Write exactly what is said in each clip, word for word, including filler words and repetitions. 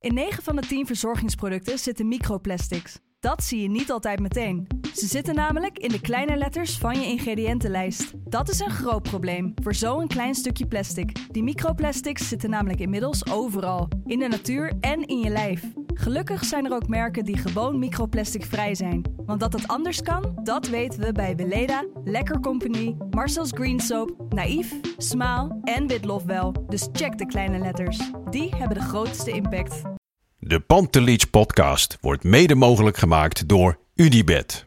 In negen van de tien verzorgingsproducten zitten microplastics. Dat zie je niet altijd meteen. Ze zitten namelijk in de kleine letters van je ingrediëntenlijst. Dat is een groot probleem voor zo'n klein stukje plastic. Die microplastics zitten namelijk inmiddels overal. In de natuur en in je lijf. Gelukkig zijn er ook merken die gewoon microplasticvrij zijn. Want dat het anders kan, dat weten we bij Weleda, Lekker Company, Marcel's Green Soap, Naïef, Smaal en Witlof wel. Dus check de kleine letters. Die hebben de grootste impact. De Pantelich podcast wordt mede mogelijk gemaakt door Unibet.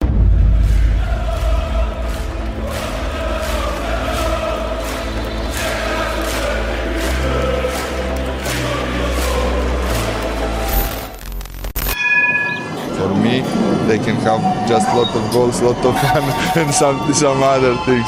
For me, they can have just a lot of goals, a lot of fun and some, some other things.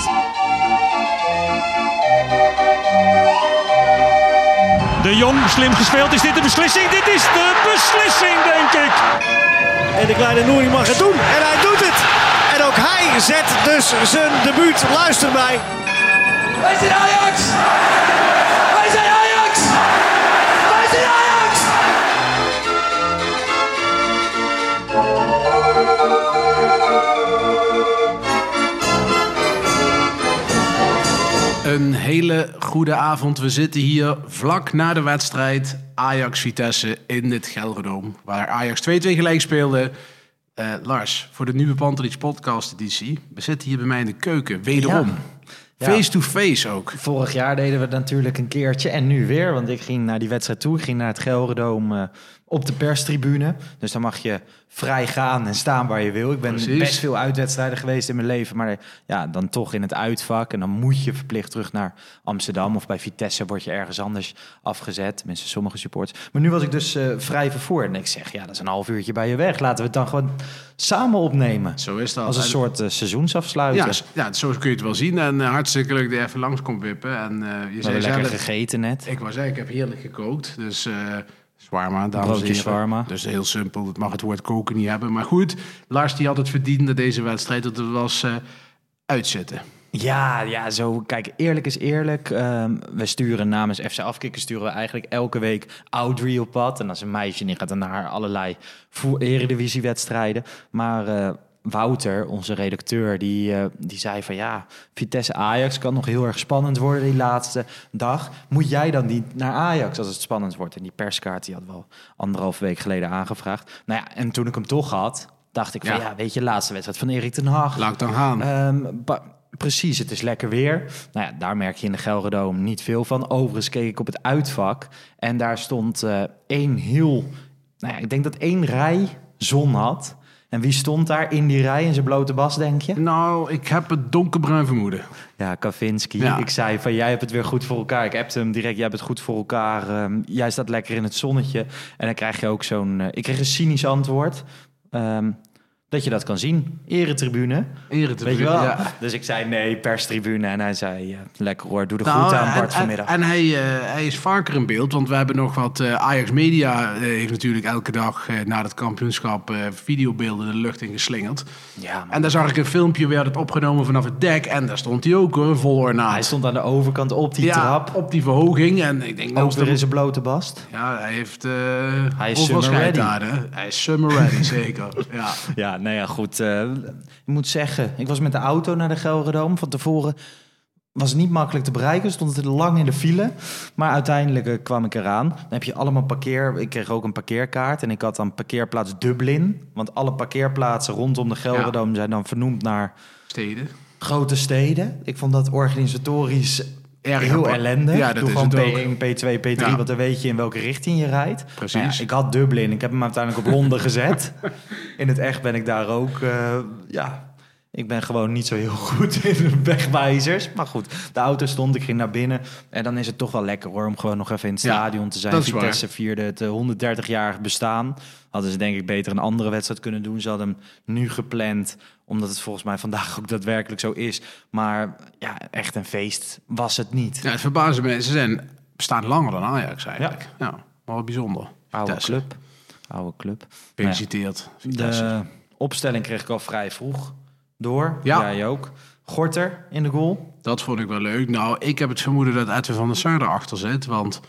De Jong, slim gespeeld. Is dit de beslissing? Dit is de beslissing, denk ik. En de kleine Nouri mag het doen. En hij doet het. En ook hij zet dus zijn debuut. Luister mij. Wij zijn Ajax! Wij zijn Ajax! Wij zijn Ajax! Een hele goede avond. We zitten hier vlak na de wedstrijd Ajax-Vitesse in het Gelredome, waar Ajax twee-twee gelijk speelde. Uh, Lars, voor de nieuwe Pantelich podcast editie. We zitten hier bij mij in de keuken, wederom. Ja. Face-to-face ook. Vorig jaar deden we het natuurlijk een keertje en nu weer. Want ik ging naar die wedstrijd toe. Ik ging naar het Gelredome uh, op de perstribune. Dus dan mag je vrij gaan en staan waar je wil. Ik ben Precies. best veel uitwedstrijden geweest in mijn leven. Maar ja, dan toch in het uitvak. En dan moet je verplicht terug naar Amsterdam. Of bij Vitesse word je ergens anders afgezet. Tenminste, sommige supporters. Maar nu was ik dus uh, vrij vervoer. En ik zeg, ja, dat is een half uurtje bij je weg. Laten we het dan gewoon samen opnemen. Zo is dat. Als een en... soort uh, seizoensafsluiten. Ja, ja, zo kun je het wel zien. En uh, hartstikke leuk dat je even langs komt wippen. En uh, je zei lekker zelf, gegeten net. Ik wou zeggen, ik heb heerlijk gekookt. Dus uh, shawarma, dames Broodje en heren. shawarma. Dus heel simpel. Het mag het woord koken niet hebben. Maar goed, Lars die had het verdiend deze wedstrijd. Dat het was uh, uitzitten. Ja, ja, zo. Kijk, eerlijk is eerlijk. Um, we sturen namens F C Afkikken sturen we eigenlijk elke week Audrey op pad. En als een meisje, die gaat dan naar allerlei eredivisiewedstrijden. Maar uh, Wouter, onze redacteur, die, uh, die zei van ja, Vitesse-Ajax kan nog heel erg spannend worden die laatste dag. Moet jij dan niet naar Ajax als het spannend wordt? En die perskaart die had wel anderhalve week geleden aangevraagd. Nou ja, en toen ik hem toch had, dacht ik van ja, ja weet je, laatste wedstrijd van Erik ten Hag. Laat dan gaan. Um, ba- Precies, het is lekker weer. Nou ja, daar merk je in de Gelredome niet veel van. Overigens keek ik op het uitvak en daar stond uh, één heel... Nou ja, ik denk dat één rij zon had. En wie stond daar in die rij in zijn blote bas, denk je? Nou, ik heb het donkerbruin vermoeden. Ja, Kavinski. Ja. Ik zei van, jij hebt het weer goed voor elkaar. Ik appte hem direct, jij hebt het goed voor elkaar. Um, jij staat lekker in het zonnetje. En dan krijg je ook zo'n... Uh, ik kreeg een cynisch antwoord. Um, dat je dat kan zien. Eretribune. Eretribune, weet je wel? Ja. Dus ik zei nee, perstribune. En hij zei, uh, lekker hoor, doe de nou, groeten aan Bart en, vanmiddag. En, en hij, uh, hij is vaker in beeld, want we hebben nog wat... Uh, Ajax Media uh, heeft natuurlijk elke dag uh, na het kampioenschap... Uh, videobeelden de lucht in geslingerd. Ja, en daar zag ik een filmpje, werd het opgenomen vanaf het dek... en daar stond hij ook hoor, vol ornaat. Hij stond aan de overkant op die ja, trap. op die verhoging. En ik denk, ook weer in zijn blote bast. Ja, hij heeft... Uh, hij is summer ready. Hij is summer ready, zeker. Ja, ja, nou ja, goed... Uh, ik moet zeggen, ik was met de auto naar de Gelredome. Van tevoren was het niet makkelijk te bereiken. Stond het lang in de file. Maar uiteindelijk uh, kwam ik eraan. Dan heb je allemaal parkeer... Ik kreeg ook een parkeerkaart. En ik had dan parkeerplaats Dublin. Want alle parkeerplaatsen rondom de Gelredome... Ja. zijn dan vernoemd naar... steden. Grote steden. Ik vond dat organisatorisch... Erg heel apart. Ellendig. Ja, dat Doe is gewoon het P één, ook. P twee, P drie, ja. Want dan weet je in welke richting je rijdt. Precies. Nou ja, ik had Dublin, ik heb hem uiteindelijk op Londen gezet. In het echt ben ik daar ook... Uh, ja, ik ben gewoon niet zo heel goed in wegwijzers. Maar goed, de auto stond, ik ging naar binnen. En dan is het toch wel lekker hoor, om gewoon nog even in het stadion ja, te zijn. Vitesse vierde het uh, honderddertig-jarig bestaan. Hadden ze denk ik beter een andere wedstrijd kunnen doen. Ze hadden hem nu gepland... omdat het volgens mij vandaag ook daadwerkelijk zo is. Maar ja, echt een feest was het niet. Ja, het verbaasde me. Ze zijn, bestaan langer dan Ajax eigenlijk. Ja, ja maar wat bijzonder. Oude club. Oude club. Gefeliciteerd. Nou ja, de opstelling kreeg ik al vrij vroeg door. Ja. Jij ook. Gorter in de goal. Dat vond ik wel leuk. Nou, ik heb het vermoeden dat Edwin van der Sar erachter zit. Want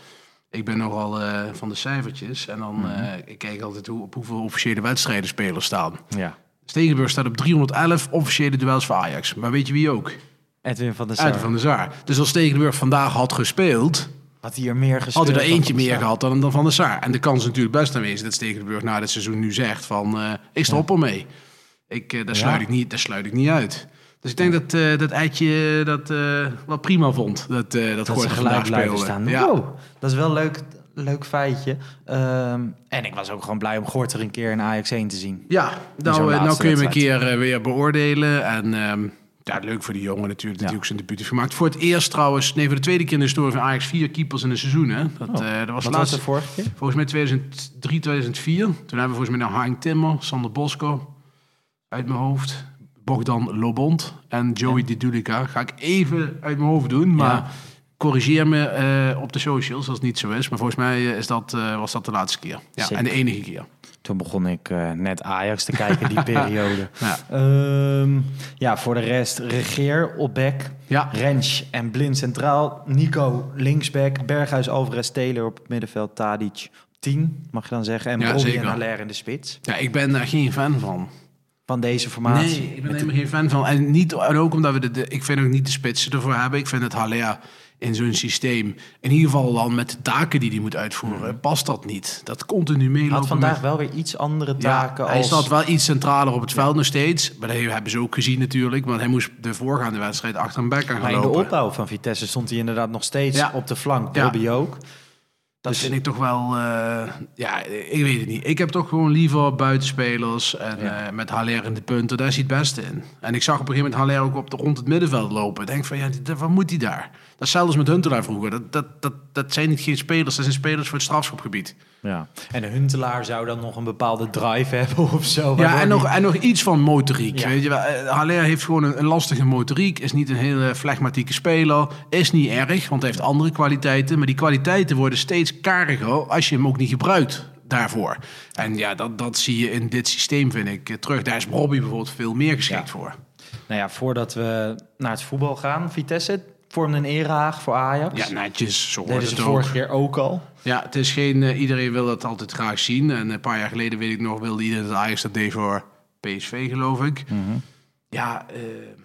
Ik ben nogal uh, van de cijfertjes. En dan mm-hmm. uh, ik kijk altijd hoe, op hoeveel officiële wedstrijden spelers staan. Ja. Stekelenburg staat op driehonderdelf officiële duels voor Ajax. Maar weet je wie ook? Edwin van der Sar. Edwin van der Sar. Dus als Stekelenburg vandaag had gespeeld... Had hij er meer gespeeld? Had hij er eentje meer gehad dan, dan Van der Sar. En de kans is natuurlijk best aanwezig dat Stekelenburg na dit seizoen nu zegt van... Uh, ik stop ja. ermee. Ik, uh, daar, sluit ja. ik niet, daar sluit ik niet uit. Dus ik denk dat uh, dat Eitje dat uh, wel prima vond. Dat, uh, dat, dat ze gelijk blijven staan. Ja. Wow, dat is wel leuk... Leuk feitje. Um, en ik was ook gewoon blij om Gorter een keer in Ajax één te zien. Ja, nou, nou kun je hem een keer uh, weer beoordelen. En um, ja, leuk voor die jongen natuurlijk, dat hij ook zijn debuut heeft gemaakt. Voor het eerst trouwens, nee, voor de tweede keer in de historie van Ajax vier keepers in een seizoen. Hè. Dat, oh, uh, dat was wat laatst, was de vorige keer? Volgens mij tweeduizend drie, tweeduizend vier. Toen hebben we volgens mij naar Hein Timmer, Sander Bosco, uit mijn hoofd. Bogdan Lobond en Joey ja. Didulica. Ga ik even uit mijn hoofd doen, maar... Ja. Corrigeer me uh, op de socials als het niet zo is. Maar volgens mij is dat, uh, was dat de laatste keer. Ja, Zeker. En de enige keer. Toen begon ik uh, net Ajax te kijken, die periode. Ja. Um, ja, voor de rest Regeer op back. Ja. Rens en Blind centraal. Nico linksback. Berghuis, Alvarez, Taylor op het middenveld. Tadic tien, mag je dan zeggen. En ja, Brody en Haller in de spits. Ja, ik ben daar geen fan van. Van deze formatie. Nee, ik ben er helemaal geen fan van. En, niet, en ook omdat we de, de... Ik vind ook niet de spitsen ervoor hebben. Ik vind het Haller... in zo'n systeem, in ieder geval dan met de taken die hij moet uitvoeren, mm. past dat niet. Dat continu meelopen. Had vandaag met... wel weer iets andere taken. Ja, hij als... staat wel iets centraler op het veld ja. nog steeds. Maar dat hebben ze ook gezien natuurlijk. Want hij moest de voorgaande wedstrijd achter een bek gaan maar lopen. In de opbouw van Vitesse stond hij inderdaad nog steeds ja. op de flank. Bobby ja. ook. Dat dus... vind ik toch wel... Uh, ja, ik weet het niet. Ik heb toch gewoon liever buitenspelers. En ja. uh, met Haller in de punten, daar is hij het beste in. En ik zag op een gegeven moment Haller ook op de, rond het middenveld lopen. Ik denk van, ja, wat moet hij daar? Dat is zelfs met Huntelaar vroeger. Dat, dat, dat, dat zijn niet geen spelers, dat zijn spelers voor het strafschopgebied. Ja. En de Huntelaar zou dan nog een bepaalde drive hebben of zo. Ja, en nog, en nog iets van motoriek. Ja. Weet je, Haller heeft gewoon een, een lastige motoriek. Is niet een hele flegmatieke speler. Is niet erg, want hij heeft andere kwaliteiten. Maar die kwaliteiten worden steeds kariger als je hem ook niet gebruikt daarvoor. En ja, dat, dat zie je in dit systeem, vind ik, terug. Daar is Robbie bijvoorbeeld veel meer geschikt ja. voor. Nou ja, voordat we naar het voetbal gaan, Vitesse vormde een erehaag voor Ajax. Ja, netjes. Zo deden ze de vorige keer ook al. Ja, het is geen... Uh, iedereen wil dat altijd graag zien. En een paar jaar geleden, weet ik nog, wilde iedereen dat Ajax dat deed voor P S V, geloof ik. Mm-hmm. Ja, uh,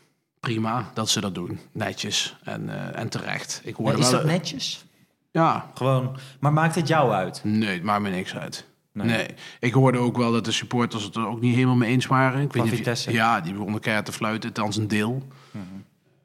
prima dat ze dat doen. Netjes. En, uh, en terecht. Ik hoorde ja, is wel, dat netjes? Ja. Gewoon... Maar maakt het jou uit? Nee, het maakt me niks uit. Nee. nee. Ik hoorde ook wel dat de supporters het er ook niet helemaal mee eens waren. Ik Van weet Vitesse? Niet, ja, die begonnen keihard te fluiten. Althans een deel. Mm-hmm.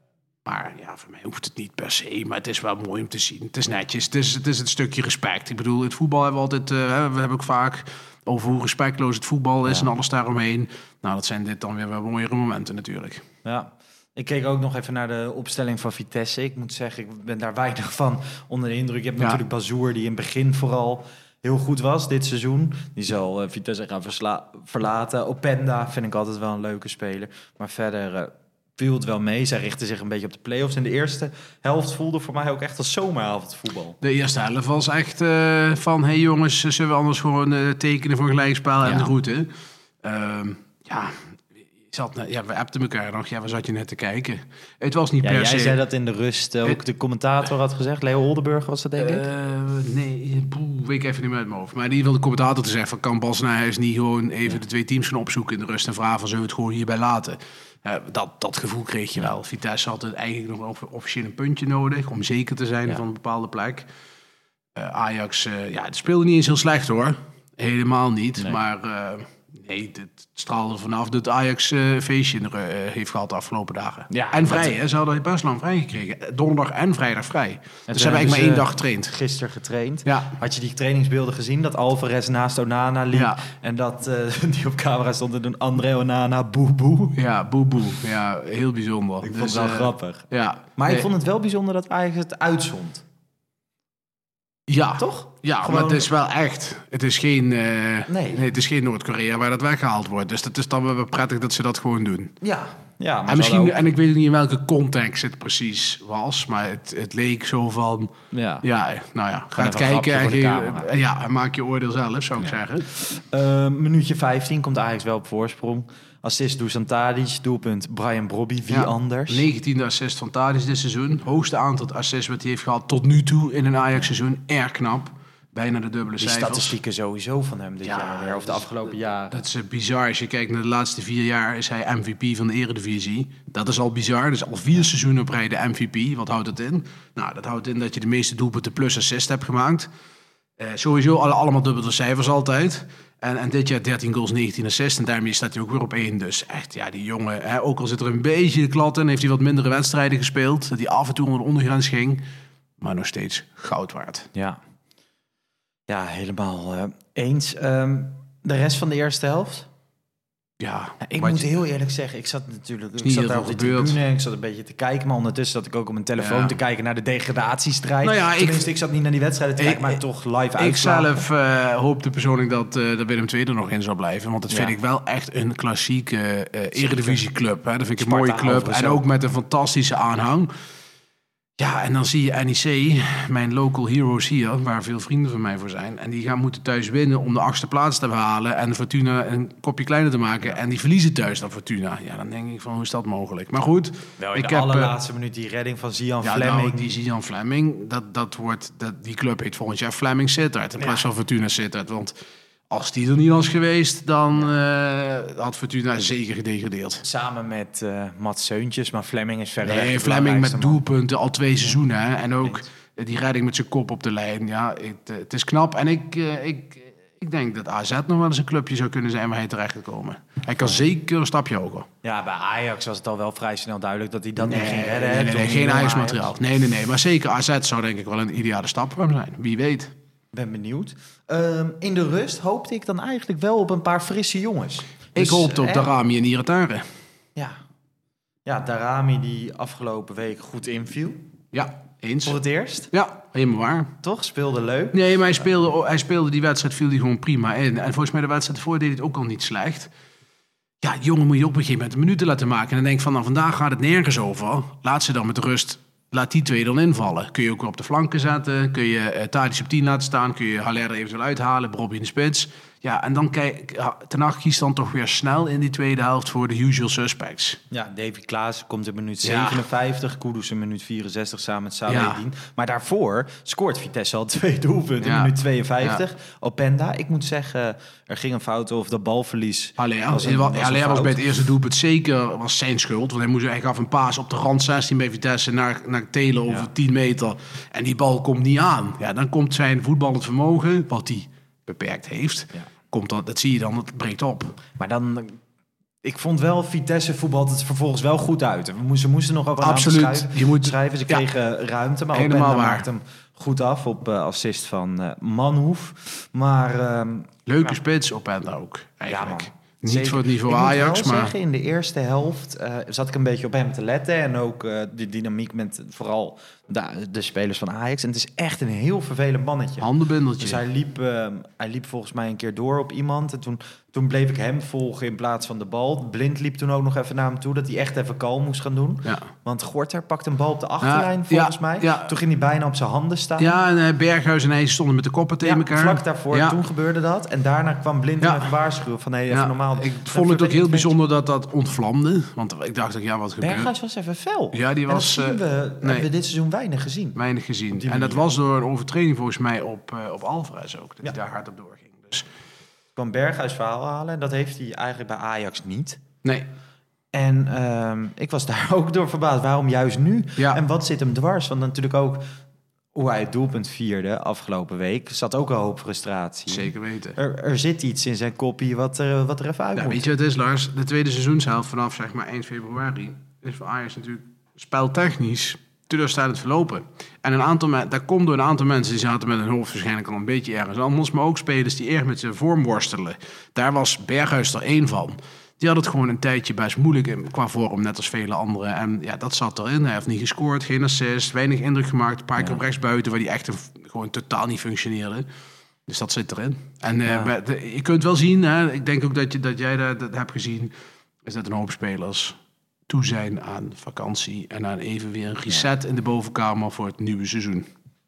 Maar ja, voor mij hoeft het niet per se. Maar het is wel mooi om te zien. Het is netjes. Het is het, is het stukje respect. Ik bedoel, het voetbal hebben we altijd... Uh, we hebben ook vaak over hoe respectloos het voetbal is... Ja. en alles daaromheen. Nou, dat zijn dit dan weer wel mooiere momenten natuurlijk. Ja. Ik keek ook nog even naar de opstelling van Vitesse. Ik moet zeggen, ik ben daar weinig van onder de indruk. Je hebt ja. natuurlijk Bazoer, die in het begin vooral... heel goed was dit seizoen. Die zal uh, Vitesse gaan versla- verlaten. Openda vind ik altijd wel een leuke speler. Maar verder uh, viel het wel mee. Zij richtte zich een beetje op de play-offs. En de eerste helft voelde voor mij ook echt als zomeravondvoetbal. De eerste helft was echt uh, van... hey jongens, zullen we anders gewoon uh, tekenen voor gelijkspel en ja. de route? Uh, ja... Zat, ja, we appten elkaar nog. Ja, waar zat je net te kijken? Het was niet ja, per jij se... Jij zei dat in de rust. Ook het, de commentator had gezegd. Leo Oldenburg was dat, denk ik? Uh, nee, poeh, weet ik even niet meer uit mijn hoofd. Maar in ieder geval de commentator te zeggen... van kan Bas Nijhuis niet gewoon even ja. de twee teams gaan opzoeken in de rust... en vragen van zullen we het gewoon hierbij laten? Uh, dat, dat gevoel kreeg je wel. Vitesse had het eigenlijk nog officieel een puntje nodig... om zeker te zijn ja. van een bepaalde plek. Uh, Ajax, uh, ja, het speelde niet eens heel slecht hoor. Helemaal niet, nee. maar... Uh, Nee, het straalde vanaf dat Ajax uh, feestje uh, heeft gehad de afgelopen dagen. Ja, en vrij, hè? Ze hadden best lang vrij gekregen. Donderdag en vrijdag vrij. En dus ze hebben eigenlijk maar één dag getraind. Gisteren getraind. Ja. Had je die trainingsbeelden gezien? Dat Alvarez naast Onana liep. Ja. En dat uh, die op camera stond en een André Onana boe boe. Ja, boe boe. Ja, heel bijzonder. Ik dus, vond het wel uh, grappig. Ja. Maar nee. ik vond het wel bijzonder dat Ajax het uitzond. Ja, toch? Ja, Gewoon... maar het is wel echt. Het is geen, uh, nee. nee, het is geen Noord-Korea waar dat weggehaald wordt. Dus het is dan wel prettig dat ze dat gewoon doen. Ja, ja. Maar en misschien, ook... en ik weet niet in welke context het precies was, maar het, het leek zo van. Ja, ja nou ja, ga het kijken en, ge, ja, en maak je oordeel zelf, zou ik ja. zeggen. Uh, minuutje vijftien komt Ajax wel op voorsprong. Assist Dusan Tadic, doelpunt Brian Brobby, wie Ja, anders? negentiende assist van Tadic dit seizoen. Hoogste aantal assists wat hij heeft gehad tot nu toe in een Ajax-seizoen. Erg knap. Bijna de dubbele Die cijfers. statistieken sowieso van hem dit Ja, jaar weer, of de afgelopen jaren. Dat is uh, bizar. Als je kijkt naar de laatste vier jaar is hij M V P van de Eredivisie. Dat is al bizar. Dus al vier seizoenen op rij de M V P. Wat houdt dat in? Nou, dat houdt in dat je de meeste doelpunten plus assist hebt gemaakt. Uh, sowieso alle, allemaal dubbele cijfers altijd. En, en dit jaar dertien goals, negentien assists. En daarmee staat hij ook weer op één. Dus echt, ja, die jongen... Hè, ook al zit er een beetje de klad in... heeft hij wat mindere wedstrijden gespeeld. Dat hij af en toe onder de ondergrens ging. Maar nog steeds goud waard. Ja, ja helemaal uh, eens. Um, de rest van de eerste helft? Ja, Ja, ik wat moet je- heel eerlijk zeggen, ik zat natuurlijk ik niet zat heel daar op veel de gebeurd. tribune, ik zat een beetje te kijken, maar ondertussen zat ik ook op mijn telefoon Ja. te kijken naar de degradatiestrijd. Nou ja, ik- Tenminste, ik zat niet naar die wedstrijden te Ik- kijken, maar toch live uit. Ik zelf uh, hoopte persoonlijk dat, uh, dat Willem twee er nog in zou blijven. Want dat vind Ja. ik wel echt een klassieke uh, Eredivisieclub. Hè. Dat vind ik een Sparta mooie club. overigens En ook. ook met een fantastische aanhang. Ja, en dan zie je N E C, mijn local heroes hier, waar veel vrienden van mij voor zijn. En die gaan moeten thuis winnen om de achtste plaats te behalen. En Fortuna een kopje kleiner te maken. En die verliezen thuis dan Fortuna. Ja, dan denk ik van, hoe is dat mogelijk? Maar goed. Wel in ik de heb, uh, allerlaatste minuut die redding van Zian Ja, Fleming. nou, die Zian Fleming, dat, dat wordt, dat, die club heet volgend jaar Fleming Sittard in plaats van Fortuna Sittard. Want als die er niet was geweest, dan uh, had Fortuna zeker gedegradeerd. Samen met uh, Mats Seuntjes, maar Fleming is verder Nee, Fleming met doelpunten al twee seizoenen. Hè? En ook die redding met zijn kop op de lijn. Ja, het, het is knap. En ik, uh, ik, ik denk dat A Z nog wel eens een clubje zou kunnen zijn waar hij terecht gaat komen. Hij kan zeker een stapje hoger. Ja, bij Ajax was het al wel vrij snel duidelijk dat hij dat niet ging redden. Nee, hè, nee, toen nee, hij geen bij Ajax-materiaal. Nee, nee, nee. Maar zeker A Z zou denk ik wel een ideale stap voor hem zijn. Wie weet. Ben benieuwd. Um, in de rust hoopte ik dan eigenlijk wel op een paar frisse jongens. Ik Dus, hoopte op hè, Darami en Iratare. Ja. Ja, Darami die afgelopen week goed inviel. Ja, eens. Voor het eerst. Ja, helemaal waar. Toch? Speelde leuk. Nee, maar hij speelde, hij speelde die wedstrijd, viel hij gewoon prima in. En volgens mij de wedstrijd ervoor deed hij het ook al niet slecht. Ja, die jongen moet je op een gegeven moment minuten laten maken. En dan denk ik van, nou, vandaag gaat het nergens over. Laat ze dan met rust, laat die twee dan invallen. Kun je ook weer op de flanken zetten. Kun je uh, Tadic op tien laten staan. Kun je Haller er eventueel uithalen. Brobby in de spits. Ja, en dan kijk ja, Ten Hag kiest dan toch weer snel in die tweede helft voor de usual suspects. Ja, Davy Klaas komt in minuut Ja. zevenenvijftig. Kudus in minuut vierenzestig samen met Saladin. Ja. Maar daarvoor scoort Vitesse al twee doelpunten Ja. in minuut tweeënvijftig. Ja. Openda, ik moet zeggen, er ging een fout over dat balverlies. Haller Was was, een- was een Haller was fout. bij het eerste doelpunt zeker was zijn schuld. Want hij moest eigenlijk af een paas op de rand zestien bij Vitesse naar, naar Telen over Ja. tien meter. En die bal komt niet aan. Ja, dan komt zijn voetballend vermogen, wat hij beperkt heeft, Ja. komt dat, dat zie je dan, het breekt op. Maar dan... Ik vond wel, Vitesse voetbalt het vervolgens wel goed uit. We moesten, ze moesten nog over een Absoluut. aantal schrijven. Je moet- schrijven. Ze ja. kregen ruimte, maar Helemaal Openda waar. maakt hem goed af op uh, assist van uh, Manhoef. Maar... ehm, Leuke Ja. spits op en ook, eigenlijk. man. Niet Zeker. voor het niveau ik Ajax, moet wel maar... zeggen, in de eerste helft uh, zat ik een beetje op hem te letten. En ook uh, de dynamiek met vooral de, de spelers van Ajax. En het is echt een heel vervelend mannetje. Handenbundeltje. Dus hij liep, uh, hij liep volgens mij een keer door op iemand. En toen, toen bleef ik hem volgen in plaats van de bal. Blind liep toen ook nog even naar hem toe, dat hij echt even kalm moest gaan doen. Ja. Want Gorter pakte een bal op de achterlijn, Ja, volgens ja, mij. ja. Toen ging hij bijna op zijn handen staan. Ja, en uh, Berghuis en hij stonden met de koppen tegen Ja, elkaar. vlak daarvoor, Ja. toen gebeurde dat. En daarna kwam Blind Ja. hem even waarschuwen van, hé, hey, even Ja, normaal. ik Dan vond het ook heel verweet- bijzonder dat dat ontvlamde. Want ik dacht ook, ja, wat gebeurt? Berghuis was even fel. Ja, die En was, dat zien we, eh, hebben nee. we dit seizoen weinig gezien. Weinig gezien. die En dat manier. was door een overtreding volgens mij op, uh, op Alvarez ook. Dat Ja. hij daar hard op doorging. Dus Kwam Berghuis verhaal halen. En dat heeft hij eigenlijk bij Ajax niet. nee. En ehm, ik was daar ook door verbaasd. Waarom juist nu? Ja. En wat zit hem dwars? Want natuurlijk ook hoe hij het doelpunt vierde afgelopen week. Zat ook een hoop frustratie. Zeker weten. Er, er zit iets in zijn koppie wat er, wat er even uit Ja, moet. weet je wat het is, Lars? De tweede seizoenshelft vanaf zeg maar eind februari is voor Ajax natuurlijk speltechnisch teleurstellend verlopen. En een aantal me- dat komt door een aantal mensen die zaten met hun hoofd waarschijnlijk al een beetje ergens anders, maar ook spelers die erg met zijn vorm worstelen. Daar was Berghuis er één van. Die had het gewoon een tijdje best moeilijk in- qua vorm, net als vele anderen. En ja, dat zat erin. Hij heeft niet gescoord, geen assist, weinig indruk gemaakt. Een paar keer op rechtsbuiten, waar die echt een, gewoon totaal niet functioneerde. Dus dat zit erin. En Ja. uh, maar de- je kunt wel zien, hè, ik denk ook dat, je, dat jij dat, dat hebt gezien, is dat een hoop spelers toe zijn aan vakantie en aan even weer een reset in de bovenkamer voor het nieuwe seizoen.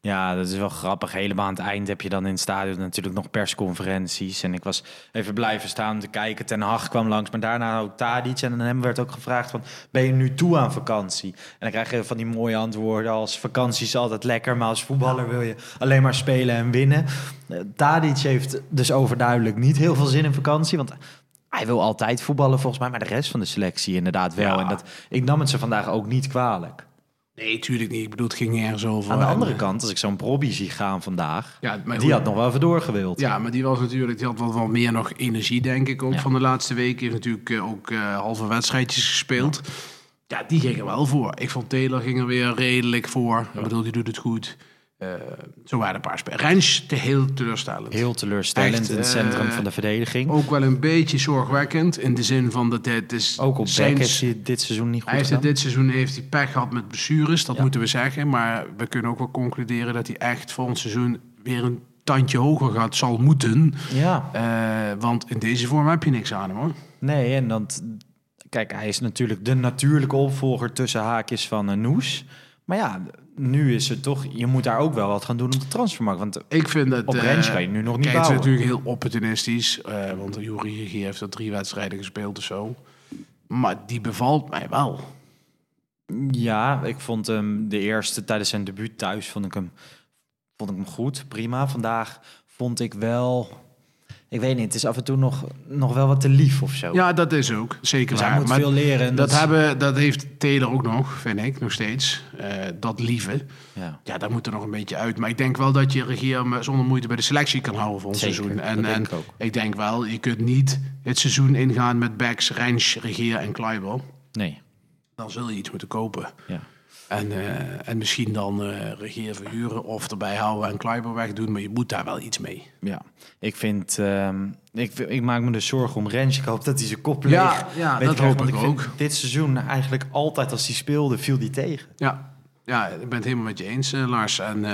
Ja, dat is wel grappig. Helemaal aan het eind heb je dan in het stadion natuurlijk nog persconferenties. En ik was even blijven staan te kijken. Ten Hag kwam langs, maar daarna ook Tadic. En aan hem werd ook gevraagd van, ben je nu toe aan vakantie? En dan krijg je van die mooie antwoorden als, vakantie is altijd lekker, maar als voetballer wil je alleen maar spelen en winnen. Tadic heeft dus overduidelijk niet heel veel zin in vakantie, want hij wil altijd voetballen volgens mij, maar de rest van de selectie inderdaad wel. Ja. En dat, ik nam het ze vandaag ook niet kwalijk. Nee, tuurlijk niet. Ik bedoel, het ging ergens over. Aan de En, andere uh, kant, als ik zo'n Brobby zie gaan vandaag, Ja, maar die goed. had nog wel even doorgewild. Ja, maar die was natuurlijk, die had wel wat meer nog energie, denk ik, ook Ja. van de laatste weken. Heeft natuurlijk uh, ook uh, halve wedstrijdjes gespeeld. Ja. ja, die ging er wel voor. Ik vond Taylor ging er weer redelijk voor. Ja. Ik bedoel, die doet het goed. Uh, zo waren een paar spelers. Rens te heel teleurstellend. Heel teleurstellend Echt, in het uh, centrum van de verdediging. Ook wel een beetje zorgwekkend, in de zin van dat het is... Ook op zijn- back heeft hij dit seizoen niet goed Hij heeft gedaan. dit seizoen heeft hij pech gehad met blessures, dat Ja. moeten we zeggen. Maar we kunnen ook wel concluderen dat hij echt volgend seizoen weer een tandje hoger gaat, zal moeten. Ja, Uh, want in deze vorm heb je niks aan hem, hoor. nee, en dan... Kijk, hij is natuurlijk de natuurlijke opvolger tussen haakjes van uh, Noes. Maar ja, nu is het toch... Je moet daar ook wel wat gaan doen op de transfermarkt. Want Ik vind dat... op uh, Rens kan je nu nog niet kijk, het is bouwen. natuurlijk heel opportunistisch. Uh, want Juri Regie heeft er drie wedstrijden gespeeld of zo. Maar die bevalt mij wel. Ja, ik vond hem de eerste tijdens zijn debuut thuis vond ik hem, vond ik hem goed, prima. Vandaag vond ik wel, ik weet niet, het is af en toe nog, nog wel wat te lief of zo. Ja, dat is ook. Zeker dus hij waar. moet Maar veel leren. En dat, is- hebben, dat heeft Taylor ook nog, vind ik, nog steeds. Uh, dat lieve. ja. Ja, daar moet er nog een beetje uit. Maar ik denk wel dat je Regie hem zonder moeite bij de selectie kan houden voor een Zeker, seizoen. dat En, denk en ik ook. ik denk wel, je kunt niet het seizoen ingaan met backs, Rens, Regier en Kleiber. Nee, Dan zul je iets moeten kopen. ja. En, uh, en misschien dan uh, Regier verhuren of erbij houden en Kleiber wegdoen. Maar je moet daar wel iets mee. Ja, ik vind, ehm, ik, ik maak me dus zorgen om Rens. Ik hoop dat hij zijn kop leeg Ja, ja, weet dat krijgt, hoop want ik vind ook. Dit seizoen eigenlijk altijd als hij speelde, viel hij tegen. Ja, ja, ik ben het helemaal met je eens, uh, Lars. En uh,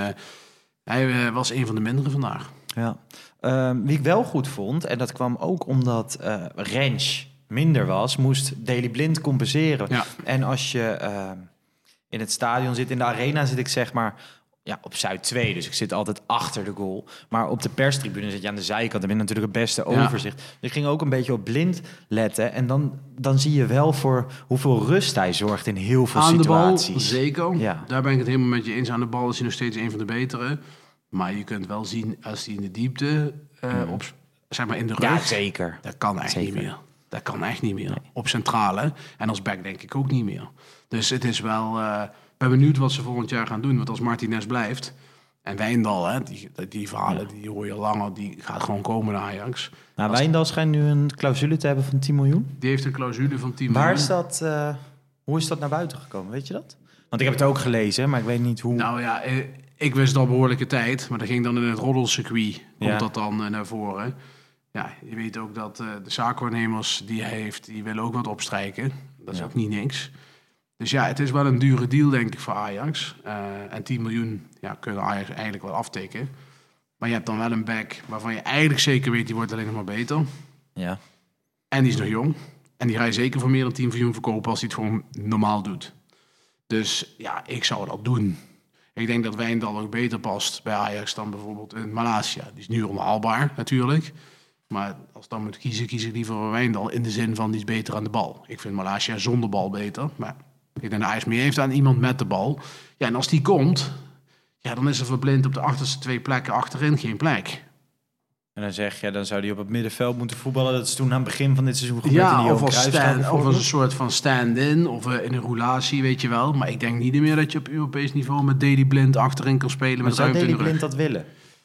hij uh, was een van de mindere vandaag. Ja. Um, wie ik wel goed vond, en dat kwam ook omdat uh, Rens minder was, moest Daley Blind compenseren. Ja. En als je uh, in het stadion zit, in de arena zit ik zeg maar ja, op Zuid twee, dus ik zit altijd achter de goal. Maar op de perstribune zit je aan de zijkant en ben je natuurlijk het beste Ja. overzicht. Dus ik ging ook een beetje op Blind letten en dan, dan zie je wel voor hoeveel rust hij zorgt in heel veel Aan de bal, situaties. zeker. Ja. Daar ben ik het helemaal met je eens. Aan de bal is hij nog steeds een van de betere. Maar je kunt wel zien, als hij in de diepte, uh, Mm. op, zeg maar in de rug... Ja, zeker. Dat kan echt Zeker. niet meer. Dat kan echt niet meer. Op centrale. En als back denk ik ook niet meer. Dus het is wel... Uh, ik ben benieuwd wat ze volgend jaar gaan doen. Want als Martinez blijft... En Wijndal, hè, die, die verhalen die hoor je langer. Die gaat gewoon komen naar Ajax. Nou, Als- Wijndal schijnt nu een clausule te hebben van tien miljoen. Die heeft een clausule van tien Waar miljoen. is dat, uh, hoe is dat naar buiten gekomen, weet je dat? Want ik heb het ook gelezen, maar ik weet niet hoe... Nou ja, eh, ik wist het al behoorlijke tijd. Maar dat ging dan in het roddelcircuit. Komt Ja. dat dan uh, naar voren. Ja, je weet ook dat uh, de zaakwaarnemers die hij heeft... die willen ook wat opstrijken. Dat is Ja. ook niet niks. Dus ja, het is wel een dure deal, denk ik, voor Ajax. Uh, en tien miljoen ja, kunnen Ajax eigenlijk wel aftikken. Maar je hebt dan wel een back waarvan je eigenlijk zeker weet... die wordt alleen nog maar beter. Ja. En die is nog jong. En die ga je zeker voor meer dan tien miljoen verkopen... als hij het gewoon normaal doet. Dus ja, ik zou dat doen. Ik denk dat Wijndal ook beter past bij Ajax... dan bijvoorbeeld in Malasia. Die is nu onhaalbaar, natuurlijk. Maar als ik dan moet kiezen, kies ik liever voor Wijndal... in de zin van, die is beter aan de bal. Ik vind Malasia zonder bal beter. Maar ik denk dat Ajax meer heeft aan iemand met de bal. Ja, en als die komt... ja, dan is er voor Blind op de achterste twee plekken achterin geen plek. En dan zeg je, dan zou hij op het middenveld moeten voetballen. Dat is toen aan het begin van dit seizoen gebeurd. in die Ja, of Johan als, Cruijffschaal stand, of als bijvoorbeeld. een soort van stand-in, of uh, in een roulatie, weet je wel. Maar ik denk niet meer dat je op Europees niveau met Daley Blind achterin kan spelen Maar met zou ruimte in Daley de Blind rug. dat willen?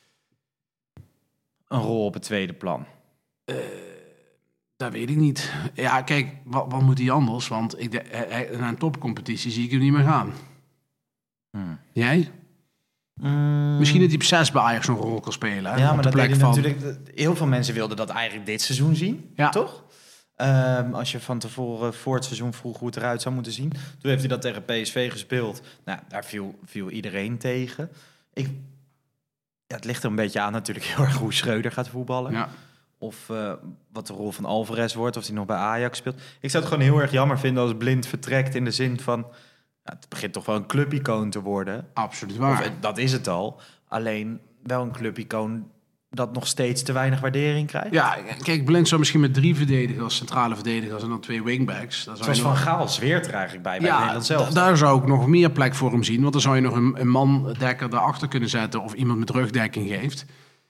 Een rol op het tweede plan. Dat weet ik niet. Ja, kijk, wat, wat moet hij anders? Want ik de, hij, hij- naar een topcompetitie zie ik hem niet meer gaan. Hmm. Jij? Mm, Misschien dat hij op zes bij Ajax nog een rol kan spelen. Hè? ja, op maar de dat plek deed hij van... natuurlijk... Heel veel mensen wilden dat eigenlijk dit seizoen zien, Ja. toch? Um, als je van tevoren voor het seizoen vroeg hoe het eruit zou moeten zien. Toen heeft hij dat tegen P S V gespeeld. Nou, daar viel, viel iedereen tegen. Ik, ja, het ligt er een beetje aan natuurlijk heel erg hoe Schreuder gaat voetballen. Ja. Of uh, wat de rol van Alvarez wordt, of hij nog bij Ajax speelt. Ik zou het gewoon heel erg jammer vinden als Blind vertrekt in de zin van... Ja, het begint toch wel een clubicoon te worden. Absoluut waar. Of, dat is het al. Alleen wel een clubicoon dat nog steeds te weinig waardering krijgt. Ja, kijk, Blind zou misschien met drie verdedigers, centrale verdedigers en dan twee wingbacks. Dat Zoals Van Gaal zweert er eigenlijk bij, bij ja, Nederland zelf. D- daar zou ik nog meer plek voor hem zien. Want dan zou je nog een, een man-dekker daarachter kunnen zetten of iemand met rugdekking geeft.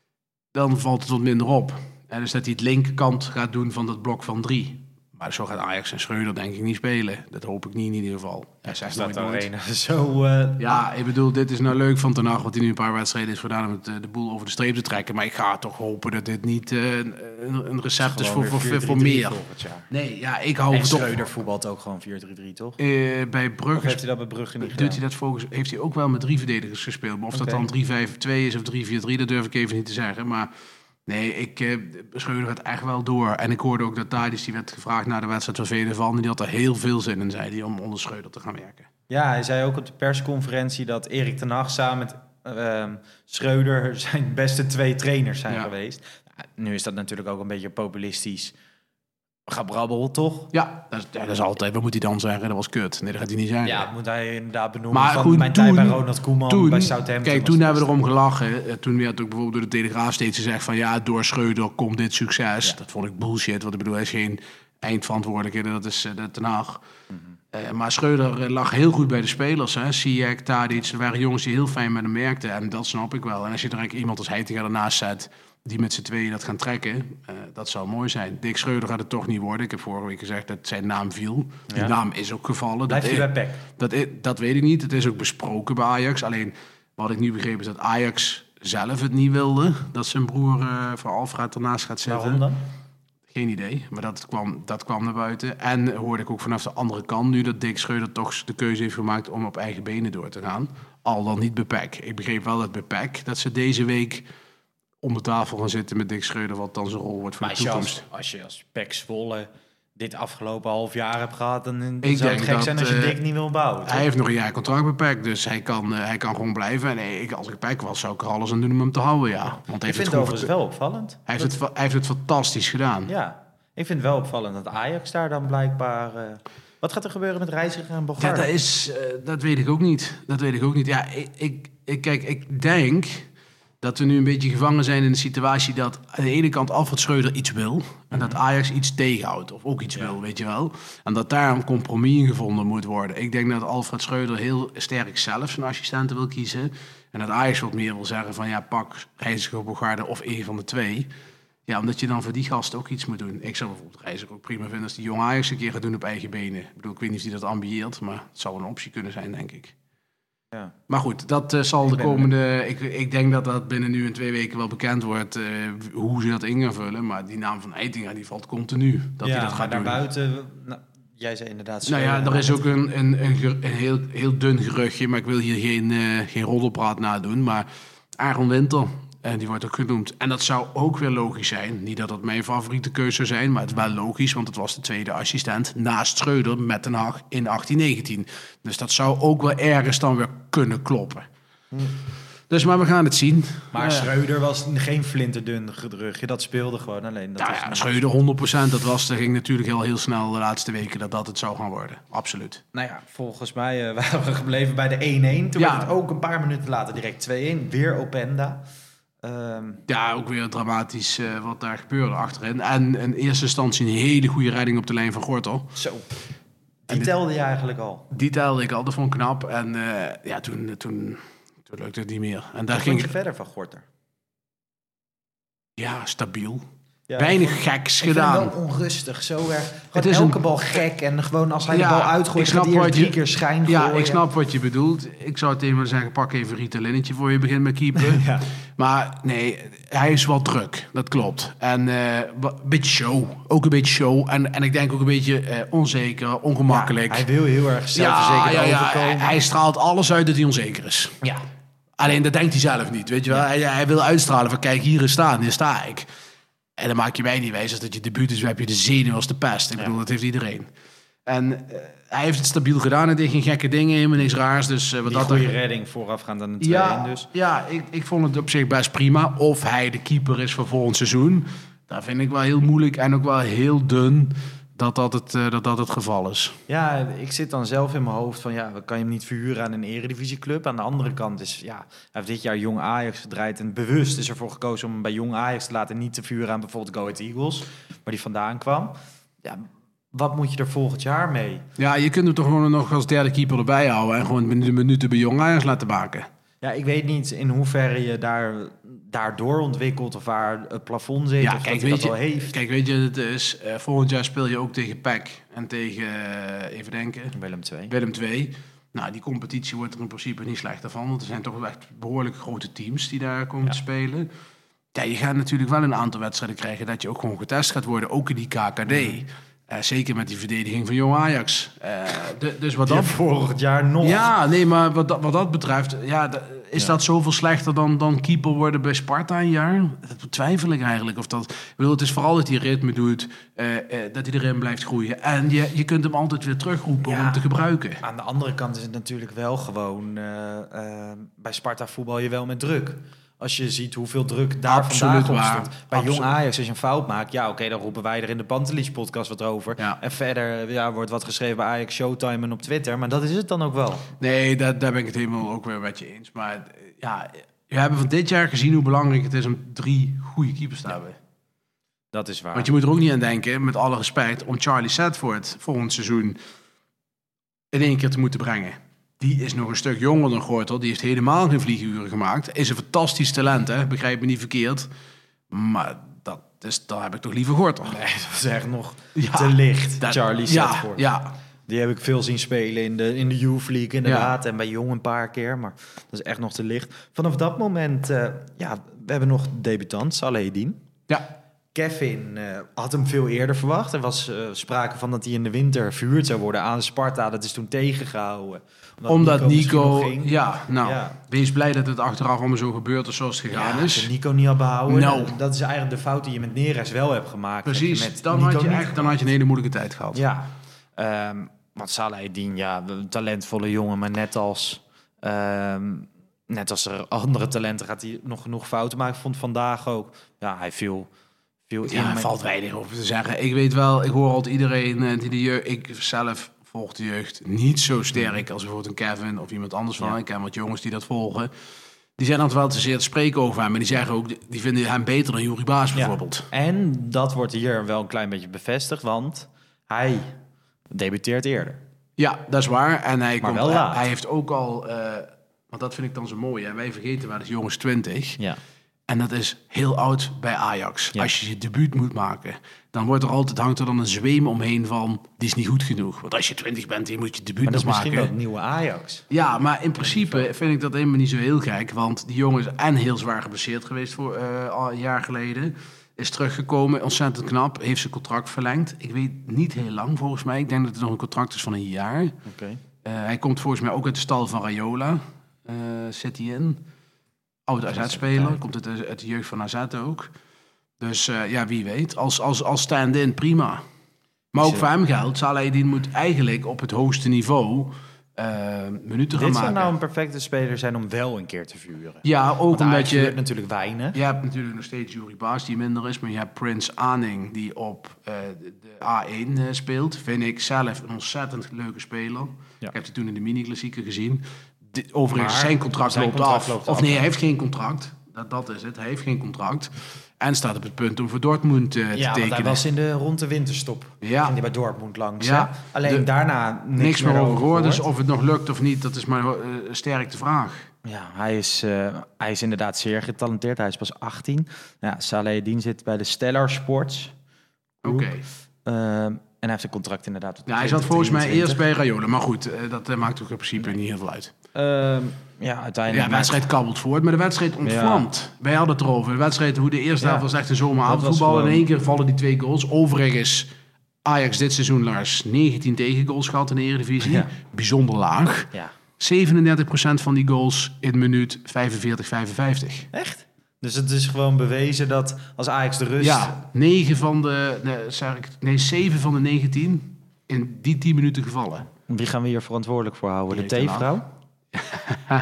Dan valt het wat minder op. En dus dat hij het linkerkant gaat doen van dat blok van drie. Maar zo gaat Ajax en Schreuder denk ik niet spelen. Dat hoop ik niet in ieder geval. Hij zegt nooit nooit. Zo, uh, ja, ik bedoel, dit is nou leuk van Ten Hag, wat hij nu een paar wedstrijden is gedaan om het, de boel over de streep te trekken. Maar ik ga toch hopen dat dit niet uh, een, een recept is voor, voor, voor, voor meer. Nee, ja, ik hou en toch. Schreuder voetbalt ook gewoon vier drie drie, toch? Uh, bij Brugge. Of heeft hij dat bij Brugge niet doet gedaan? hij dat volgens, heeft hij ook wel met drie verdedigers gespeeld. Maar of okay. dat dan drie vijf twee is of drie vier drie, dat durf ik even niet te zeggen. Maar nee, ik uh, Schreuder gaat echt wel door. En ik hoorde ook dat Tadic, die werd gevraagd naar de wedstrijd van Vele van. En die had er heel veel zin in, zei hij, om onder Schreuder te gaan werken. Ja, hij zei ook op de persconferentie dat Erik ten Hag samen met uh, Schreuder zijn beste twee trainers zijn ja. geweest. Ja, nu is dat natuurlijk ook een beetje populistisch gebrabbel, toch? Ja dat, is, ja, dat is altijd. Wat moet hij dan zeggen? Dat was kut. Nee, dat gaat hij niet zeggen. Ja, moet hij inderdaad benoemen maar van goed, mijn toen, tijd bij Ronald Koeman, toen, bij Southampton. Kijk, toen hebben we erom gelachen. Toen werd ook bijvoorbeeld door de Telegraaf steeds gezegd van ja, door Schreuder komt dit succes. Ja. Dat vond ik bullshit, want ik bedoel, hij is geen eindverantwoordelijke, dat is uh, Ten Hag. Mm-hmm. Uh, maar Schreuder uh, lag heel goed bij de spelers. Ziyech, Tadic, er waren jongens die heel fijn met hem werkten. En dat snap ik wel. En als je er eigenlijk iemand als Heitinga ernaast zet, die met z'n tweeën dat gaan trekken, uh, dat zou mooi zijn. Dick Schreuder gaat het toch niet worden. Ik heb vorige week gezegd dat zijn naam viel. Die ja. naam is ook gevallen. Blijft hij bij P E C? Dat, dat weet ik niet. Het is ook besproken bij Ajax. Alleen, wat ik nu begreep is dat Ajax zelf het niet wilde. Dat zijn broer uh, voor Alfred ernaast gaat zetten. Waarom dan? Geen idee, maar dat kwam, dat kwam naar buiten. En hoorde ik ook vanaf de andere kant nu dat Dick Schreuder toch de keuze heeft gemaakt om op eigen benen door te gaan. Al dan niet bij P E C. Ik begreep wel dat bij P E C dat ze deze week om de tafel gaan zitten met Dick Schreuder, wat dan zijn rol wordt voor maar de toekomst. Als, als je als P E C Zwolle dit afgelopen half jaar hebt gehad, dan, dan ik zou het gek dat, zijn als je uh, Dick niet wil bouwen. Hij heeft nog een jaar contract bij P E C, dus hij kan, uh, hij kan gewoon blijven. En nee, ik, als ik P E C was, zou ik er alles aan doen om hem te houden, ja. Want hij ik heeft vind het het overigens wel opvallend. Hij heeft, het, hij heeft het fantastisch gedaan. Ja. Ik vind het wel opvallend dat Ajax daar dan blijkbaar... Uh, wat gaat er gebeuren met Reiziger en Bogarde? Ja, dat, is, uh, dat weet ik ook niet. Dat weet ik ook niet. Ja, ik, ik, ik, kijk, ik denk dat we nu een beetje gevangen zijn in de situatie dat aan de ene kant Alfred Schreuder iets wil en mm-hmm. dat Ajax iets tegenhoudt of ook iets ja. wil, weet je wel. En dat daar een compromis in gevonden moet worden. Ik denk dat Alfred Schreuder heel sterk zelf zijn assistenten wil kiezen en dat Ajax wat meer wil zeggen van ja, pak Reiziger, Bogarde of een van de twee. Ja, omdat je dan voor die gasten ook iets moet doen. Ik zou bijvoorbeeld Reiziger ook prima vinden als die jong Ajax een keer gaat doen op eigen benen. Ik bedoel, ik weet niet of hij dat ambieert, maar het zou een optie kunnen zijn, denk ik. Ja. Maar goed, dat uh, zal ik de komende... Ik, ik denk dat dat binnen nu en twee weken wel bekend wordt uh, hoe ze dat in gaan vullen. Maar die naam van Heitinga, die valt continu. Dat ja, hij dat gaat maar doen. daarbuiten... Nou, jij zei inderdaad... Nou ja, er is ook een, een, een, een heel, heel dun geruchtje, maar ik wil hier geen, uh, geen roddelpraat nadoen. Maar Aaron Winter... En die wordt ook genoemd. En dat zou ook weer logisch zijn. Niet dat het mijn favoriete keuze zou zijn, maar het is wel logisch, want het was de tweede assistent naast Schreuder met Ten Hag in achttien negentien. Dus dat zou ook wel ergens dan weer kunnen kloppen. Hm. Dus, maar we gaan het zien. Maar uh, Schreuder was geen flinterdun gedrugje. Dat speelde gewoon alleen. Dat ja, ja, Schreuder honderd procent. Dat was, dat ging natuurlijk heel, heel snel de laatste weken dat dat het zou gaan worden. Absoluut. Nou ja, volgens mij uh, waren we gebleven bij de één-één. Toen ja. werd het ook een paar minuten later direct twee-één. Weer Openda. Um, ja, ook weer dramatisch uh, wat daar gebeurde achterin. En in eerste instantie een hele goede redding op de lijn van Gortel. Zo. Die en telde je eigenlijk al? Die telde ik al, dat vond ik knap. En uh, ja, toen, toen, toen lukte het niet meer. En daar wat ging je verder van Gorter? Ja, stabiel. Ja, weinig vond, geks ik gedaan. Ik vind hem wel onrustig, zo erg. Het is elke een... bal gek en gewoon als hij ja, de bal uitgooit, gaat hij eerst drie je... keer schijn Ja, gooien. ik snap wat je bedoelt. Ik zou tegen hem zeggen, pak even Ritalininnetje voor je begint met keeper. ja. Maar nee, hij is wel druk, dat klopt. En uh, een beetje show, ook een beetje show. En, en ik denk ook een beetje uh, onzeker, ongemakkelijk. Ja, hij wil heel erg zelfverzekerd ja, ja, ja, overkomen. Hij, hij straalt alles uit dat hij onzeker is. Ja. Alleen dat denkt hij zelf niet, weet je wel. Ja. Hij, hij wil uitstralen van, kijk, hier is staan, hier sta ik. En dan maak je mij niet wijs als dat je debuut is, heb je de zenuw als de pest. Ik bedoel, ja. dat heeft iedereen. En uh, hij heeft het stabiel gedaan. Hij deed geen gekke dingen, helemaal niks raars. Dus, uh, wat Die dat goede er... redding voorafgaand aan de twee-één ja, dus. Ja, ik, ik vond het op zich best prima. Of hij de keeper is voor volgend seizoen. Dat vind ik wel heel moeilijk en ook wel heel dun. dat dat het, uh, dat dat het geval is. Ja, ik zit dan zelf in mijn hoofd van... ja, kan je hem niet verhuren aan een eredivisieclub? Aan de andere kant is... ja, hij heeft dit jaar Jong Ajax gedraaid... en bewust is ervoor gekozen om hem bij Jong Ajax te laten... niet te verhuren aan bijvoorbeeld Go Ahead Eagles... waar die vandaan kwam. Ja, wat moet je er volgend jaar mee? Ja, je kunt hem toch gewoon nog als derde keeper erbij houden... en gewoon de minuten bij Jong Ajax laten maken. Ja, ik weet niet in hoeverre je daar... daardoor ontwikkelt of waar het plafond zit ja, of kijk, dat weet dat je, al heeft. Kijk, weet je, het is, uh, volgend jaar speel je ook tegen P E C en tegen, uh, even denken... Willem twee. Willem twee. Nou, die competitie wordt er in principe niet slechter van, want er zijn toch echt behoorlijk grote teams die daar komen ja. te spelen. Ja, je gaat natuurlijk wel een aantal wedstrijden krijgen dat je ook gewoon getest gaat worden, ook in die K K D. Mm. Uh, zeker met die verdediging van Jong Ajax. Uh, de, dus wat dat... vorig jaar nog. Ja, nee, maar wat dat, wat dat betreft... Ja, de, is ja. dat zoveel slechter dan, dan keeper worden bij Sparta een jaar? Dat betwijfel ik eigenlijk. Of dat, ik bedoel, het is vooral dat hij ritme doet, uh, uh, dat hij erin blijft groeien. En je, je kunt hem altijd weer terugroepen ja. om hem te gebruiken. Aan de andere kant is het natuurlijk wel gewoon... Uh, uh, bij Sparta voetbal je wel met druk. Als je ziet hoeveel druk daar Absoluut vandaag op stond. Bij Absoluut. Jong Ajax, als je een fout maakt... ja, oké, okay, dan roepen wij er in de Pantelich podcast wat over. Ja. En verder ja, wordt wat geschreven bij Ajax Showtime en op Twitter. Maar dat is het dan ook wel. Nee, dat, daar ben ik het helemaal ook weer met je eens. Maar ja, we hebben van dit jaar gezien hoe belangrijk het is... om drie goede keepers te ja. hebben. Dat is waar. Want je moet er ook niet aan denken, met alle respect... om Charlie Sedford volgend seizoen in één keer te moeten brengen. Die is nog een stuk jonger dan Gortel. Die heeft helemaal geen vlieguren gemaakt. Is een fantastisch talent, hè? Begrijp me niet verkeerd. Maar dat is, dan heb ik toch liever Gortel. Nee, dat is echt nog ja, te licht, dat, Charlie Sedford. Ja, ja. Die heb ik veel zien spelen in de, in de Youth League inderdaad. Ja. En bij Jong een paar keer. Maar dat is echt nog te licht. Vanaf dat moment, uh, ja, we hebben nog debutant, Salahedin. Ja. Kevin uh, had hem veel eerder verwacht. Er was uh, sprake van dat hij in de winter verhuurd zou worden aan Sparta. Dat is toen tegengehouden. Omdat, Omdat Nico... Nico ja, nou, ja. wees blij dat het achteraf allemaal zo gebeurd is zoals het gegaan ja, is. Als je Nico niet had behouden, no. dat, dat is eigenlijk de fout die je met Neres wel hebt gemaakt. Precies, met dan, had je echt, dan had je een hele moeilijke tijd gehad. Ja, um, want Salahedin, ja, een talentvolle jongen, maar net als... Um, net als er andere talenten gaat hij nog genoeg fouten maken. Ik vond vandaag ook... Ja, hij viel... Ja, er valt weinig over te zeggen. Ik weet wel, ik hoor altijd iedereen die de jeugd... Ik zelf volg de jeugd niet zo sterk als bijvoorbeeld een Kevin of iemand anders van. Ja. Ik ken wat jongens die dat volgen. Die zijn altijd wel te zeer te spreken over hem. Maar die zeggen ook, die vinden hem beter dan Juri Baas bijvoorbeeld. Ja. En dat wordt hier wel een klein beetje bevestigd, want hij debuteert eerder. Ja, dat is waar. En hij, maar komt, wel laat. Hij heeft ook al... Uh, want dat vind ik dan zo mooi. Hè? Wij vergeten wel, dat is jongens twintig. Ja. En dat is heel oud bij Ajax. Ja. Als je je debuut moet maken, dan wordt er altijd, hangt er dan een zweem omheen van... die is niet goed genoeg. Want als je twintig bent, je moet je debuut maar dat nog is maken. Misschien wel het nieuwe Ajax. Ja, maar in principe vind ik dat helemaal niet zo heel gek. Want die jongen is en heel zwaar geblesseerd geweest voor uh, al een jaar geleden. Is teruggekomen, ontzettend knap. Heeft zijn contract verlengd. Ik weet niet heel lang volgens mij. Ik denk dat het nog een contract is van een jaar. Okay. Uh, hij komt volgens mij ook uit de stal van Raiola. Uh, zit hij in... Oud A Z-speler, komt het uit de jeugd van A Z ook. Dus uh, ja, wie weet. Als, als, als stand-in, prima. Maar ook voor hem geldt, Salahedin moet eigenlijk op het hoogste niveau uh, minuten gaan Dit maken. zou nou een perfecte speler zijn om wel een keer te vuren. Ja, ook omdat je... hebt natuurlijk weinig. Je hebt natuurlijk nog steeds Juri Baas die minder is, maar je hebt Prins Aning die op uh, de A één uh, speelt. Vind ik zelf een ontzettend leuke speler. Ja. Ik heb die toen in de mini-klassieker gezien. Dit, overigens, zijn contract, zijn loopt, contract af. loopt af. Of nee, hij heeft geen contract. Dat, dat is het. Hij heeft geen contract. En staat op het punt om voor Dortmund uh, te ja, tekenen. Ja, hij was in de rond de winterstop. Ja. En die bij Dortmund langs. Ja. Alleen de, daarna niks, niks meer over gehoord. Dus gehoord. of het nog lukt of niet, dat is maar uh, sterk de vraag. Ja, hij is, uh, hij is inderdaad zeer getalenteerd. Hij is pas achttien. Ja, Salahedin zit bij de Stellar Sports. Oké. Okay. Uh, en hij heeft een contract inderdaad. Ja, hij zat volgens mij eerst bij Raiola. Maar goed, uh, dat uh, maakt ook in principe nee. niet heel veel uit. Uh, ja, uiteindelijk... Ja, de wedstrijd kabbelt voort, maar de wedstrijd ontvlamt. Ja. Wij hadden het erover. De wedstrijd, hoe de eerste helft ja. was echt een zomeravondvoetbal. Gewoon... In één keer vallen die twee goals. Overigens, Ajax dit seizoen, Lars, negentien tegengoals gehad in de Eredivisie. Ja. Bijzonder laag. Ja. zevenendertig procent van die goals in minuut vijfenveertig vijfenvijftig. Echt? Dus het is gewoon bewezen dat als Ajax de rust... Ja, negen van de... Nee, zeg ik, nee zeven van de negentien in die tien minuten gevallen. Wie gaan we hier verantwoordelijk voor houden? De T-vrouw?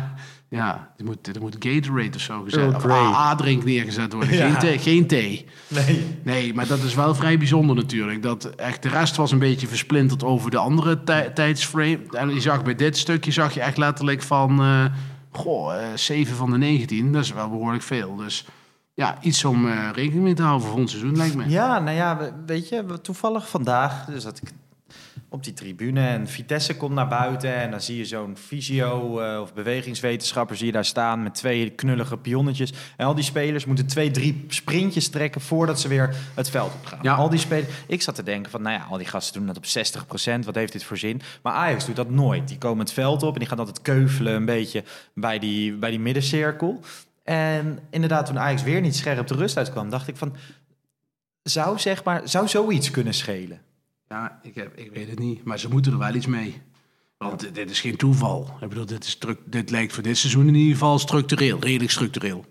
Ja, er moet, er moet Gatorade of zo gezet Earl of Grey. A A-drink neergezet worden. Ja. Geen, thee, geen thee. Nee. Nee, maar dat is wel vrij bijzonder natuurlijk. Dat echt de rest was een beetje versplinterd over de andere tij- tijdsframe. En je zag bij dit stukje zag je echt letterlijk van... Uh, goh, uh, zeven van de negentien. Dat is wel behoorlijk veel. Dus ja, iets om uh, rekening mee te houden voor volgend seizoen, lijkt me. Ja, nou ja, we- weet je, we- toevallig vandaag dus dat ik op die tribune en Vitesse komt naar buiten en dan zie je zo'n fysio uh, of bewegingswetenschapper zie je daar staan met twee knullige pionnetjes. En al die spelers moeten twee, drie sprintjes trekken voordat ze weer het veld op gaan. Ja. Al die spelers. Ik zat te denken van, nou ja, al die gasten doen dat op zestig procent. Wat heeft dit voor zin? Maar Ajax doet dat nooit. Die komen het veld op en die gaan altijd keuvelen een beetje bij die, bij die middencirkel. En inderdaad, toen Ajax weer niet scherp de rust uitkwam, dacht ik van, zou zeg maar, zou zoiets kunnen schelen? Ja, ik, heb, ik weet het niet. Maar ze moeten er wel iets mee. Want dit, dit is geen toeval. Ik bedoel, dit, is stru- dit lijkt voor dit seizoen in ieder geval structureel. Redelijk structureel.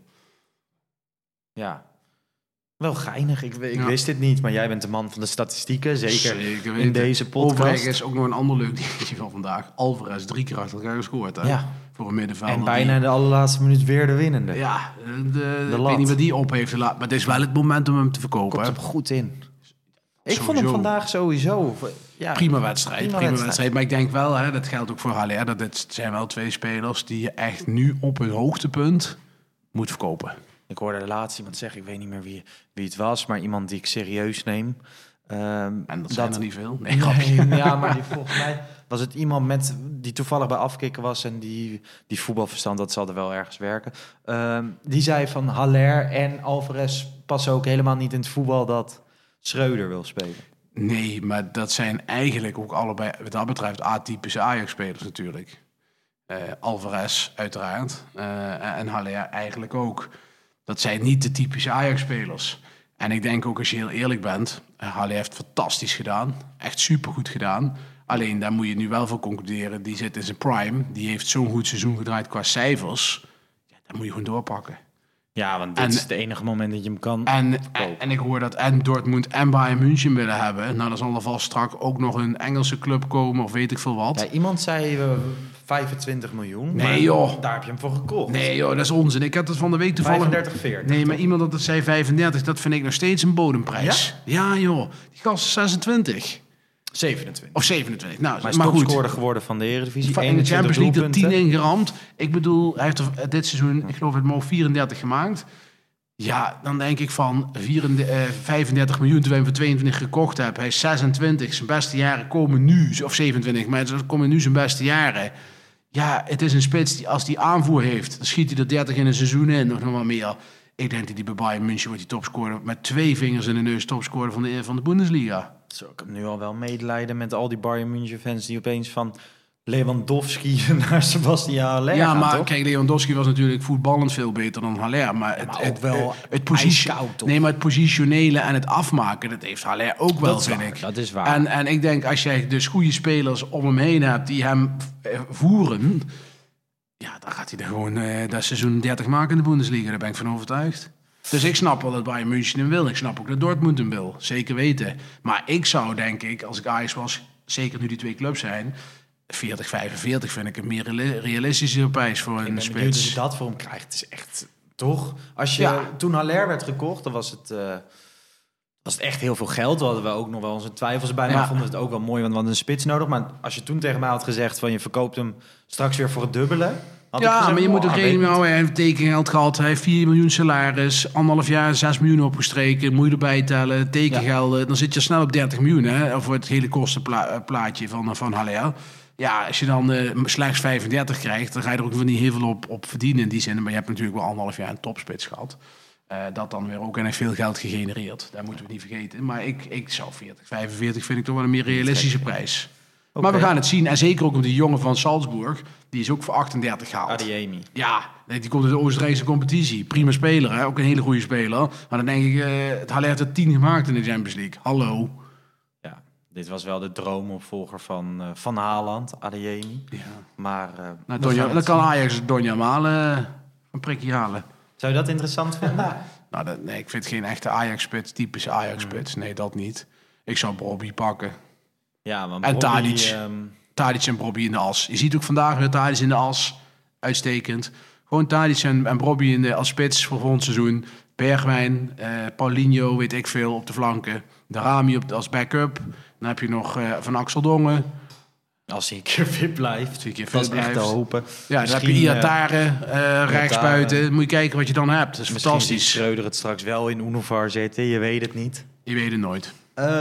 Ja, wel geinig. Ik, ik Ja. wist dit niet, maar jij bent de man van de statistieken, zeker, Zeker in weten. deze podcast. Overigens ook nog een ander leuk dingetje van vandaag. Alvarez drie keer achter elkaar gescoord. Hè? Ja. Voor een middenvelder. En bijna in de allerlaatste minuut weer de winnende. Die, ja, de, de, ik lat. weet niet wat die op heeft gelaten. Maar het is wel het moment om hem te verkopen. Komt Hè? hem goed in. Ik Sowieso. vond hem vandaag sowieso... Ja, Prima wedstrijd, Prima prima, wedstrijd. wedstrijd. Maar ik denk wel, hè, dat geldt ook voor Haller, dat dit zijn wel twee spelers die je echt nu op hun hoogtepunt moet verkopen. Ik hoorde laatst iemand zeggen, ik weet niet meer wie, wie het was, maar iemand die ik serieus neem. Ehm, En dat zijn er niet veel. Nee, grapje. Nee, ja, maar die, volgens mij was het iemand met, die toevallig bij Afkikken was en die, die voetbalverstand, dat zal er wel ergens werken. Ehm, die zei van Haller en Alvarez passen ook helemaal niet in het voetbal dat Schreuder wil spelen. Nee, maar dat zijn eigenlijk ook allebei, wat dat betreft, atypische Ajax-spelers natuurlijk. Uh, Alvarez uiteraard uh, en Haller eigenlijk ook. Dat zijn niet de typische Ajax-spelers. En ik denk ook, als je heel eerlijk bent, uh, Haller heeft fantastisch gedaan. Echt supergoed gedaan. Alleen, daar moet je nu wel voor concluderen. Die zit in zijn prime. Die heeft zo'n goed seizoen gedraaid qua cijfers. Ja, daar moet je gewoon doorpakken. Ja, want dit En- is het enige moment dat je hem kan En, en, verkopen. en ik hoor dat en Dortmund en Bayern München willen hebben. Nou, dan zal er vast straks ook nog een Engelse club komen of weet ik veel wat. Ja, iemand zei uh, vijfentwintig miljoen. Nee, maar joh. Daar heb je hem voor gekocht. Nee joh, dat is onzin. Ik had het van de week toevallig... vijfendertig veertig. Nee, maar iemand dat het zei vijfendertig, dat vind ik nog steeds een bodemprijs. Ja, joh. Die gast is zesentwintig. zevenentwintig. Of zevenentwintig. Nou, Maar maar, hij is goed. topscorer geworden van de Eredivisie. In de Champions League er tien doelpunten. ingeramd. Ik bedoel, hij heeft er dit seizoen, ik geloof het mogen vierendertig gemaakt. Ja, dan denk ik van vierendertig, eh, vijfendertig miljoen toen wij hem voor tweeëntwintig gekocht hebben. Hij is zesentwintig, zijn beste jaren komen nu, of zevenentwintig, maar het komen nu zijn beste jaren. Ja, het is een spits die als die aanvoer heeft, dan schiet hij er dertig in een seizoen in, nog nog wel meer. Ik denk dat hij bij Bayern München wordt die topscorer met twee vingers in de neus topscorer van de, van de Bundesliga. Zo, ik heb nu al wel medelijden met al die Bayern München fans die opeens van Lewandowski naar Sebastian Haller Ja, gaan, maar toch? kijk, Lewandowski was natuurlijk voetballend veel beter dan Haller. Maar, het, maar ook het, wel het, het positie- ijskoud, toch? Nee, maar het positionele en het afmaken, dat heeft Haller ook wel, Dat is vind waar, ik. dat is waar. En, en ik denk, als jij dus goede spelers om hem heen hebt die hem eh, voeren, ja, dan gaat hij er gewoon eh, dat seizoen dertig maken in de Bundesliga. Daar ben ik van overtuigd. Dus ik snap wel dat Bayern München hem wil. Ik snap ook dat Dortmund hem wil. Zeker weten. Maar ik zou, denk ik, als ik Ajax was, zeker nu die twee clubs zijn, veertig, vijfenveertig vind ik een meer reali- realistische prijs voor Ik een ben benieuwd of je spits. dat voor hem krijgt. Het is echt, toch? Als je, Ja. Toen Haller werd gekocht, dan was het, eh, was het echt heel veel geld. We hadden we ook nog wel onze twijfels bij. Maar Ja. we vonden het ook wel mooi, want we hadden een spits nodig. Maar als je toen tegen mij had gezegd van je verkoopt hem straks weer voor het dubbele. Had ik Ja, gezegd, maar je moet "Oh, ook weet rekening mee niet." houden. Hij heeft tekengeld gehad. Hij heeft vier miljoen salaris. Anderhalf jaar zes miljoen opgestreken. Moet je erbij tellen. Tekengelden. Dan zit je snel op dertig miljoen. Hè, voor het hele kostenplaatje van, van Haller. Ja, als je dan uh, slechts vijfendertig krijgt, dan ga je er ook weer niet heel veel op, op verdienen in die zin. Maar je hebt natuurlijk wel anderhalf jaar een topspits gehad. Uh, dat dan weer ook en heeft veel geld gegenereerd. Dat moeten we niet vergeten. Maar ik, ik zou veertig, vijfenveertig vind ik toch wel een meer realistische prijs. Okay. Maar we gaan het zien. En zeker ook om die jongen van Salzburg. Die is ook voor achtendertig gehaald. Adeyemi. Ja, nee, die komt uit de Oostenrijkse competitie. Prima speler, hè? Ook een hele goede speler. Maar dan denk ik, uh, het Haller heeft er tien gemaakt in de Champions League. Hallo. Ja, dit was wel de droomopvolger van, uh, van Haaland, Adeyemi. Ja. Maar uh, Nou, we Donja, gaan dan het kan zien. Ajax Donja Malen een prikje halen. Zou je dat interessant vinden? Nou, dat, nee, ik vind het geen echte Ajax-spits, typische Ajax-spits. Nee, dat niet. Ik zou Bobby pakken. Ja, want En Bobby, Tadic. ehm, Tadic en Bobby in de as. Je ziet ook vandaag weer Tadic in de as. uitstekend. Gewoon Tadic en, en Brobby in de, als spits voor volgend seizoen. Bergwijn, uh, Paulinho, weet ik veel, op de flanken. Darami op, als backup. Dan heb je nog uh, Van Axel Dongen. Als hij een keer fit blijft. Als hij een keer fit dat is blijft. echt te hopen. Ja, dan heb je Iatare uh, rechtsbuiten. Moet je kijken wat je dan hebt. Dat is Misschien fantastisch. Misschien Schreuder het straks wel in Univar zitten. Je weet het niet. Je weet het nooit.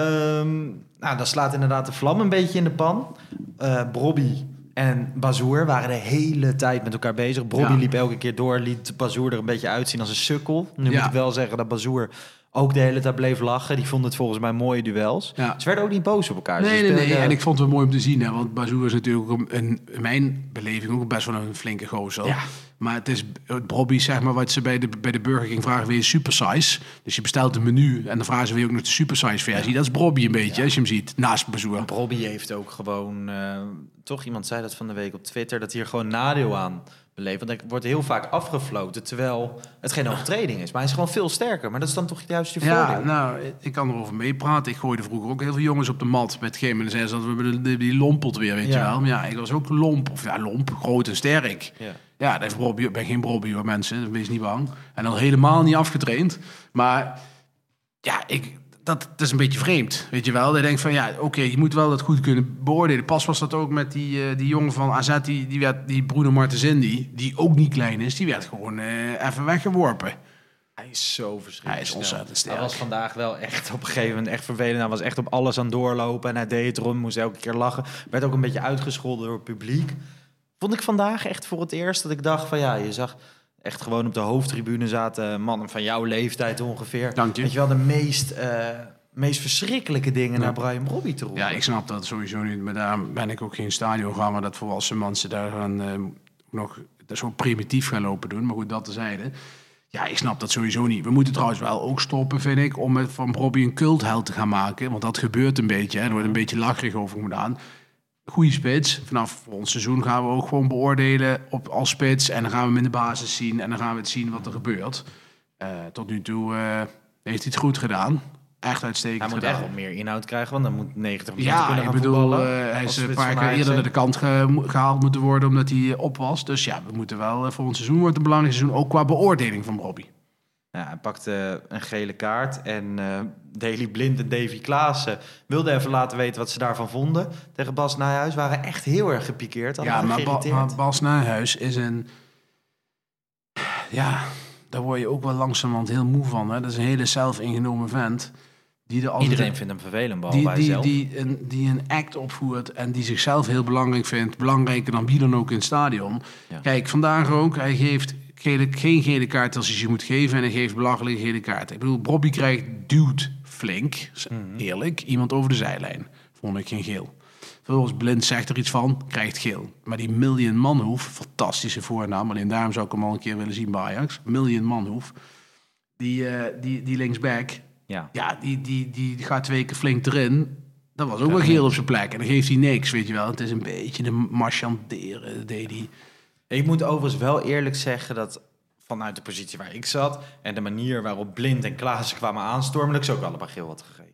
Um, nou, dan slaat inderdaad de vlam een beetje in de pan. Uh, Brobby en Bazoer waren de hele tijd met elkaar bezig. Brobby Ja. liep elke keer door, liet Bazoer er een beetje uitzien als een sukkel. Nu Ja. moet ik wel zeggen dat Bazoer ook de hele tijd bleef lachen. Die vond het volgens mij mooie duels. Ja. Ze werden ook niet boos op elkaar. Nee, Ze nee, nee. speelden- En ik vond het wel mooi om te zien. Hè, want Bazoer is natuurlijk ook een, in mijn beleving ook best wel een flinke gozer. Ja. Maar het is het Brobby, zeg maar, wat ze bij de, bij de Burger King vragen, weer supersize. Dus je bestelt een menu en dan vragen ze weer ook nog de supersize versie. Ja. Dat is Brobby een beetje, ja. als je hem ziet, naast Bazoer. Brobby heeft ook gewoon... Uh, toch, iemand zei dat van de week op Twitter... dat hij er gewoon nadeel aan beleeft. Want hij wordt heel vaak afgefloten... terwijl het geen overtreding is. Maar hij is gewoon veel sterker. Maar dat is dan toch juist je voordeel? Ja, nou, ik kan erover meepraten. Ik gooide vroeger ook heel veel jongens op de mat. Met het game. En dan zeiden ze dat we hebben die, die lompelt weer, weet Ja. je wel. Maar ja, ik was ook lomp. Of ja, lomp, groot en sterk. Ja. Ja, dat heeft Brobby, ik ben geen Brobby hoor, mensen. Wees niet bang. En al helemaal niet afgetraind. Maar ja, ik... Dat, dat is een beetje vreemd, weet je wel. Je denkt van, ja, oké, okay, je moet wel dat goed kunnen beoordelen. Pas was dat ook met die, uh, die jongen van A Z, die, die, werd, die Bruno Martens Indy, die ook niet klein is, die werd gewoon uh, even weggeworpen. Hij is zo verschrikkelijk. Hij is ontzettend sterk. Hij was vandaag wel echt op een gegeven moment echt vervelend. Hij was echt op alles aan het doorlopen en hij deed het rond, moest elke keer lachen. Werd ook een beetje uitgescholden door het publiek. Vond ik vandaag echt voor het eerst dat ik dacht van, ja, je zag... Echt gewoon op de hoofdtribune zaten mannen van jouw leeftijd ongeveer. Dank je. Weet je wel, de meest, uh, meest verschrikkelijke dingen Ja. naar Brian Brobby te roepen. Ja, ik snap dat sowieso niet. Maar daar ben ik ook geen stadion gaan. Maar dat volwassen mensen daar gaan uh, nog zo primitief gaan lopen doen. Maar goed, dat tezijde. Ja, ik snap dat sowieso niet. We moeten trouwens wel ook stoppen, vind ik, om het van Brobby een cultheld te gaan maken. Want dat gebeurt een beetje. Hè. Er wordt een beetje lacherig over gedaan. Goeie spits. Vanaf ons seizoen gaan we ook gewoon beoordelen op als spits. En dan gaan we hem in de basis zien. En dan gaan we het zien wat er gebeurt. Uh, tot nu toe uh, heeft hij het goed gedaan. Echt uitstekend Hij moet gedaan. echt wat meer inhoud krijgen, want dan moet negentig minuten Ja, kunnen ik gaan bedoel, voetballen. uh, hij is Als een we paar het keer van eerder naar Ajax de kant ge- gehaald moeten worden omdat hij op was. Dus ja, we moeten wel voor ons seizoen wordt een belangrijk seizoen, ook qua beoordeling van Brobby. Ja, hij pakte een gele kaart en uh, Daley Blind en Davy Klaassen wilden even laten weten wat ze daarvan vonden. Tegen Bas Nijhuis waren echt heel erg gepikeerd. Ja, maar, ba- maar Bas Nijhuis is een... Ja, daar word je ook wel langzamerhand heel moe van. Hè? Dat is een hele zelfingenomen vent. Die er altijd, Iedereen vindt hem vervelend, behalve die, hij die, zelf. die, een, die een act opvoert en die zichzelf heel belangrijk vindt. Belangrijker dan wie dan ook in het stadion. Ja. Kijk, vandaag ook, hij geeft gele, geen gele kaart als hij ze moet geven. En hij geeft belachelijke gele kaart. Ik bedoel, Brobby krijgt duwt flink, mm-hmm. eerlijk, iemand over de zijlijn. Vond ik geen geel. Volgens Blind zegt er iets van, krijgt geel. Maar die Million Manhoef, fantastische voornaam. Alleen daarom zou ik hem al een keer willen zien bij Ajax. Million Manhoef. Die, uh, die, die linksback, ja, ja die, die, die gaat twee keer flink erin. Dat was ook wel geel op zijn plek. En dan geeft hij niks, weet je wel. Het is een beetje de marchanderen, deed hij. Ik moet overigens wel eerlijk zeggen dat vanuit de positie waar ik zat en de manier waarop Blind en Klaassen kwamen aanstormen, dat ik ze ook allebei geel had gegeven.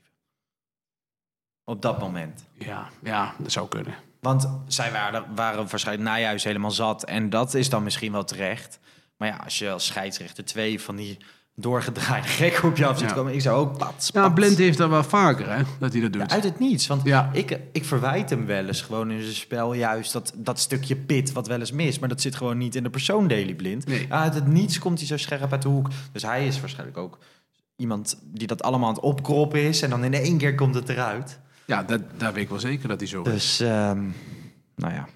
Op dat moment. Ja, ja, dat zou kunnen. Want zij waren, waren waarschijnlijk na juist helemaal zat. En dat is dan misschien wel terecht. Maar ja, als je als scheidsrechter twee van die doorgedraaide gekken op je af zit ja. komen, ik zou ook pats, Ja, Blind heeft dat wel vaker, hè, dat hij dat doet. Ja, uit het niets. Want ja. ik, ik verwijt hem wel eens gewoon in zijn spel juist dat, dat stukje pit wat wel eens mist. Maar dat zit gewoon niet in de persoon Daley Blind. Nee. Uit het niets komt hij zo scherp uit de hoek. Dus hij is waarschijnlijk ook iemand die dat allemaal aan het opkroppen is. En dan in één keer komt het eruit. Ja, dat, dat weet ik wel zeker dat hij zo is. Dus, um, nou ja,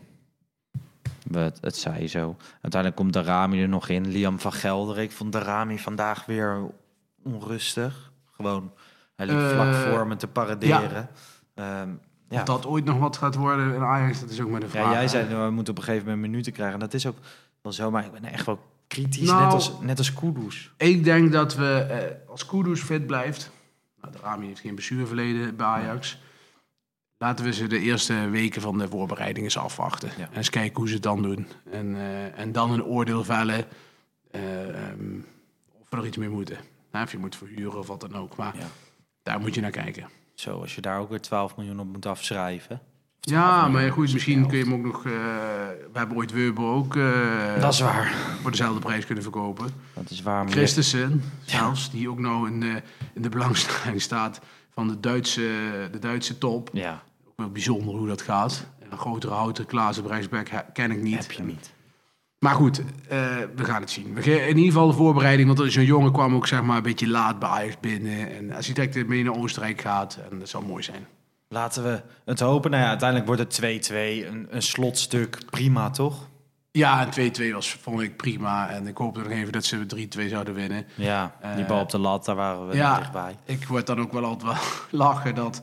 het, het zei zo. Uiteindelijk komt Darami er nog in. Liam van Gelder. Ik vond Darami vandaag weer onrustig. Gewoon, hij liep uh, vlak voor me te paraderen. Ja. Um, ja. Of dat ooit nog wat gaat worden in Ajax, dat is ook maar de vraag. Ja, jij zei, we moeten op een gegeven moment minuten krijgen. Dat is ook wel zo, maar ik ben echt wel kritisch. Nou, net als, net als Kudus. Ik denk dat we, uh, als Kudus fit blijft... Nou, Darami heeft geen blessureverleden bij Ajax... Ja. Laten we ze de eerste weken van de voorbereiding eens afwachten. Ja. En eens kijken hoe ze het dan doen. En, uh, en dan een oordeel vellen uh, um, of we er iets mee moeten. Nou, of je moet verhuren of wat dan ook. Maar ja. daar moet je naar kijken. Zo, als je daar ook weer twaalf miljoen op moet afschrijven. Of Ja, maar goed, misschien kun je hem ook nog... Uh, we hebben ooit Weber ook uh, dat is waar. voor dezelfde prijs kunnen verkopen. Dat is waar. Christensen, zelfs, ja. die ook nou in de, in de belangstelling staat van de Duitse, de Duitse top. Ja. Ook wel bijzonder hoe dat gaat. Een grotere houten Klaassen op rechtsback ken ik niet. Heb je niet. Maar goed, uh, we gaan het zien. We gaan in ieder geval de voorbereiding, want zo'n jongen kwam ook zeg maar een beetje laat bij Ajax binnen. En als hij direct mee naar Oostenrijk gaat, en dat zou mooi zijn. Laten we het hopen. Nou ja, uiteindelijk wordt het twee-twee. Een, een slotstuk. Prima, toch? Ja, een twee-twee was, vond ik prima. En ik hoopte nog even dat ze drie-twee zouden winnen. Ja, die bal op de lat, daar waren we ja, dichtbij. Ik word dan ook wel altijd wel lachen dat...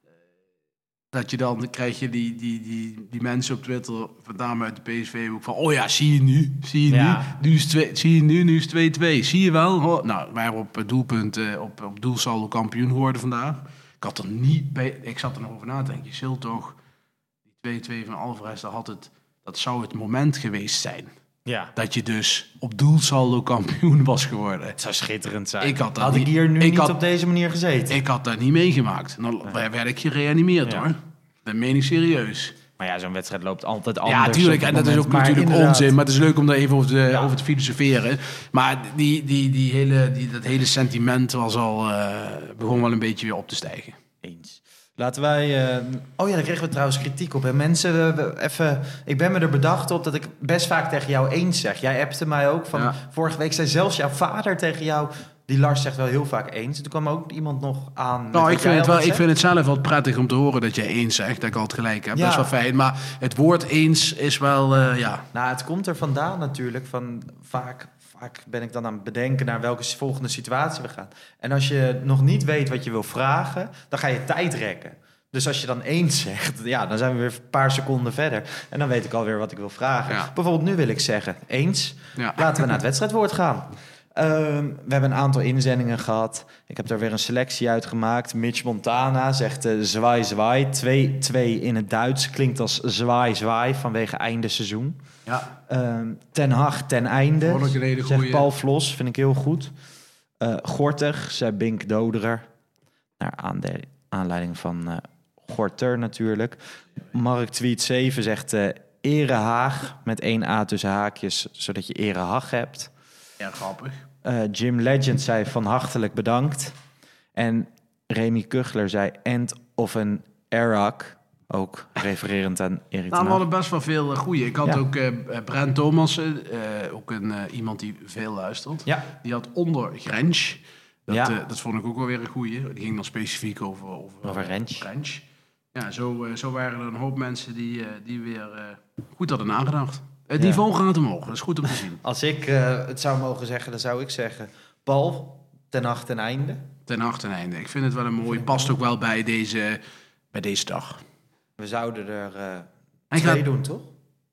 Dat je dan, krijg je die, die, die, die mensen op Twitter, van name uit de P S V, ook van... Oh ja, zie je nu? Zie je ja. nu? Nu is twee, zie je nu? Nu is twee-twee. Zie je wel? Oh, nou, wij waren op doelpunten, op, op doelsaldo kampioen geworden vandaag. Ik had er niet bij... Ik zat er nog over na te denken. Je zult toch... Die twee-twee van Alvarez, dat, had het, dat zou het moment geweest zijn. Ja. Dat je dus op doelsaldo kampioen was geworden. Het zou schitterend zijn. Ik had, had niet, ik hier nu ik niet had, op deze manier gezeten. Ik had dat niet meegemaakt. Dan nee. werd ik gereanimeerd, ja. hoor. Dat meen ik serieus. Maar ja, zo'n wedstrijd loopt altijd anders. Ja, natuurlijk. En dat is ook maar natuurlijk inderdaad. onzin. Maar het is leuk om daar even over te, ja. over te filosoferen. Maar die, die, die hele, die, dat hele sentiment was al, uh, begon wel een beetje weer op te stijgen. Eens. Laten wij... Uh... Oh ja, daar kregen we trouwens kritiek op. Hè. Mensen, uh, even... Ik ben me er bedacht op dat ik best vaak tegen jou eens zeg. Jij appte mij ook van... Ja. Vorige week zei zelfs jouw vader tegen jou... Die Lars zegt wel heel vaak eens. En toen kwam ook iemand nog aan... Nou, ik vind, het wel, ik vind het zelf wel prettig om te horen dat jij eens zegt. Dat ik altijd gelijk heb. Ja. Dat is wel fijn. Maar het woord eens is wel... Uh, ja. Nou, het komt er vandaan natuurlijk. Van vaak, vaak ben ik dan aan het bedenken naar welke volgende situatie we gaan. En als je nog niet weet wat je wil vragen... dan ga je tijd rekken. Dus als je dan eens zegt, ja, dan zijn we weer een paar seconden verder. En dan weet ik alweer wat ik wil vragen. Ja. Bijvoorbeeld nu wil ik zeggen, eens. Ja. Laten we naar het wedstrijdwoord gaan. Uh, we hebben een aantal inzendingen gehad. Ik heb er weer een selectie uitgemaakt. Mitch Montana zegt uh, zwaai zwaai. twee-twee in het Duits klinkt als zwaai zwaai vanwege einde seizoen. Ja. Uh, ten Hag ten einde, zegt goeie. Paul Vlos, vind ik heel goed. Uh, Gortig, zei Bink Doderer. Naar aande- aanleiding van uh, Gorter natuurlijk. Mark Tweet zeven zegt uh, Ere Haag met één A tussen haakjes, zodat je Ere Hag hebt. Ja, grappig. Uh, Jim Legend zei van hartelijk bedankt. En Remy Kuchler zei end of an Erak. Ook refererend aan Erik Nou, we hadden best wel veel uh, goeie. Ik had ja. ook uh, Brent Thomassen, uh, ook een, uh, iemand die veel luistert. Ja. Die had onder Grensch. Dat, ja. uh, dat vond ik ook wel weer een goeie. Die ging dan specifiek over, over, over Rensch. Rensch. Ja, zo, uh, zo waren er een hoop mensen die, uh, die weer uh, goed hadden nagedacht. Het niveau ja. gaat omhoog, dat is goed om te zien. Als ik uh, het zou mogen zeggen, dan zou ik zeggen... Paul, ten Hag ten einde. Ten Hag ten einde. Ik vind het wel een mooi... Past ook wel bij deze, bij deze dag. We zouden er uh, twee gaat... doen, toch?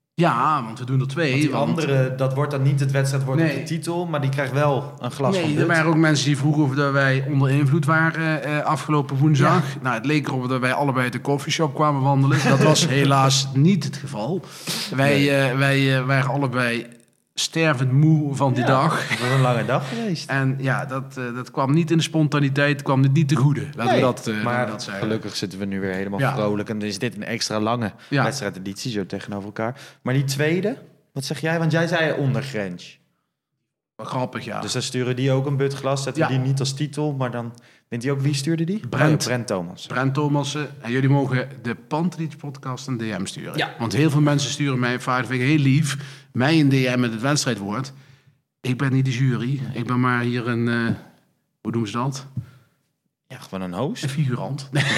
Ja, want we doen er twee. Want die want... andere, dat wordt dan niet het wedstrijdwoord nee. op de titel... maar die krijgt wel een glas nee, van Nee, er waren ook mensen die vroegen of dat wij onder invloed waren uh, afgelopen woensdag. Ja. Nou, het leek erop dat wij allebei uit de koffieshop kwamen wandelen. Dat was helaas niet het geval. Wij, nee. uh, wij uh, waren allebei stervend moe van die ja, dag. Het was een lange dag geweest. En ja, dat, uh, dat kwam niet in de spontaniteit, kwam dit niet te goede. Laten nee, we dat, uh, maar we dat zeggen. Gelukkig zitten we nu weer helemaal ja. vrolijk. En dan is dit een extra lange ja. wedstrijdeditie, zo tegenover elkaar. Maar die tweede, wat zeg jij? Want jij zei ondergrens. Grappig, ja. Dus dan sturen die ook een butglas, zetten ja. die niet als titel, maar dan wint die ook... Wie stuurde die? Brent. Oh, Brent Thomas. Brent Thomassen. En jullie mogen de Pantelich podcast een D M sturen. Ja. Want heel veel mensen sturen mij, vaak vind ik heel lief, mij een D M met het wedstrijdwoord. Ik ben niet de jury. Ik ben maar hier een... Uh, hoe noemen ze dat? Ja, gewoon een host. Een figurant. Nee.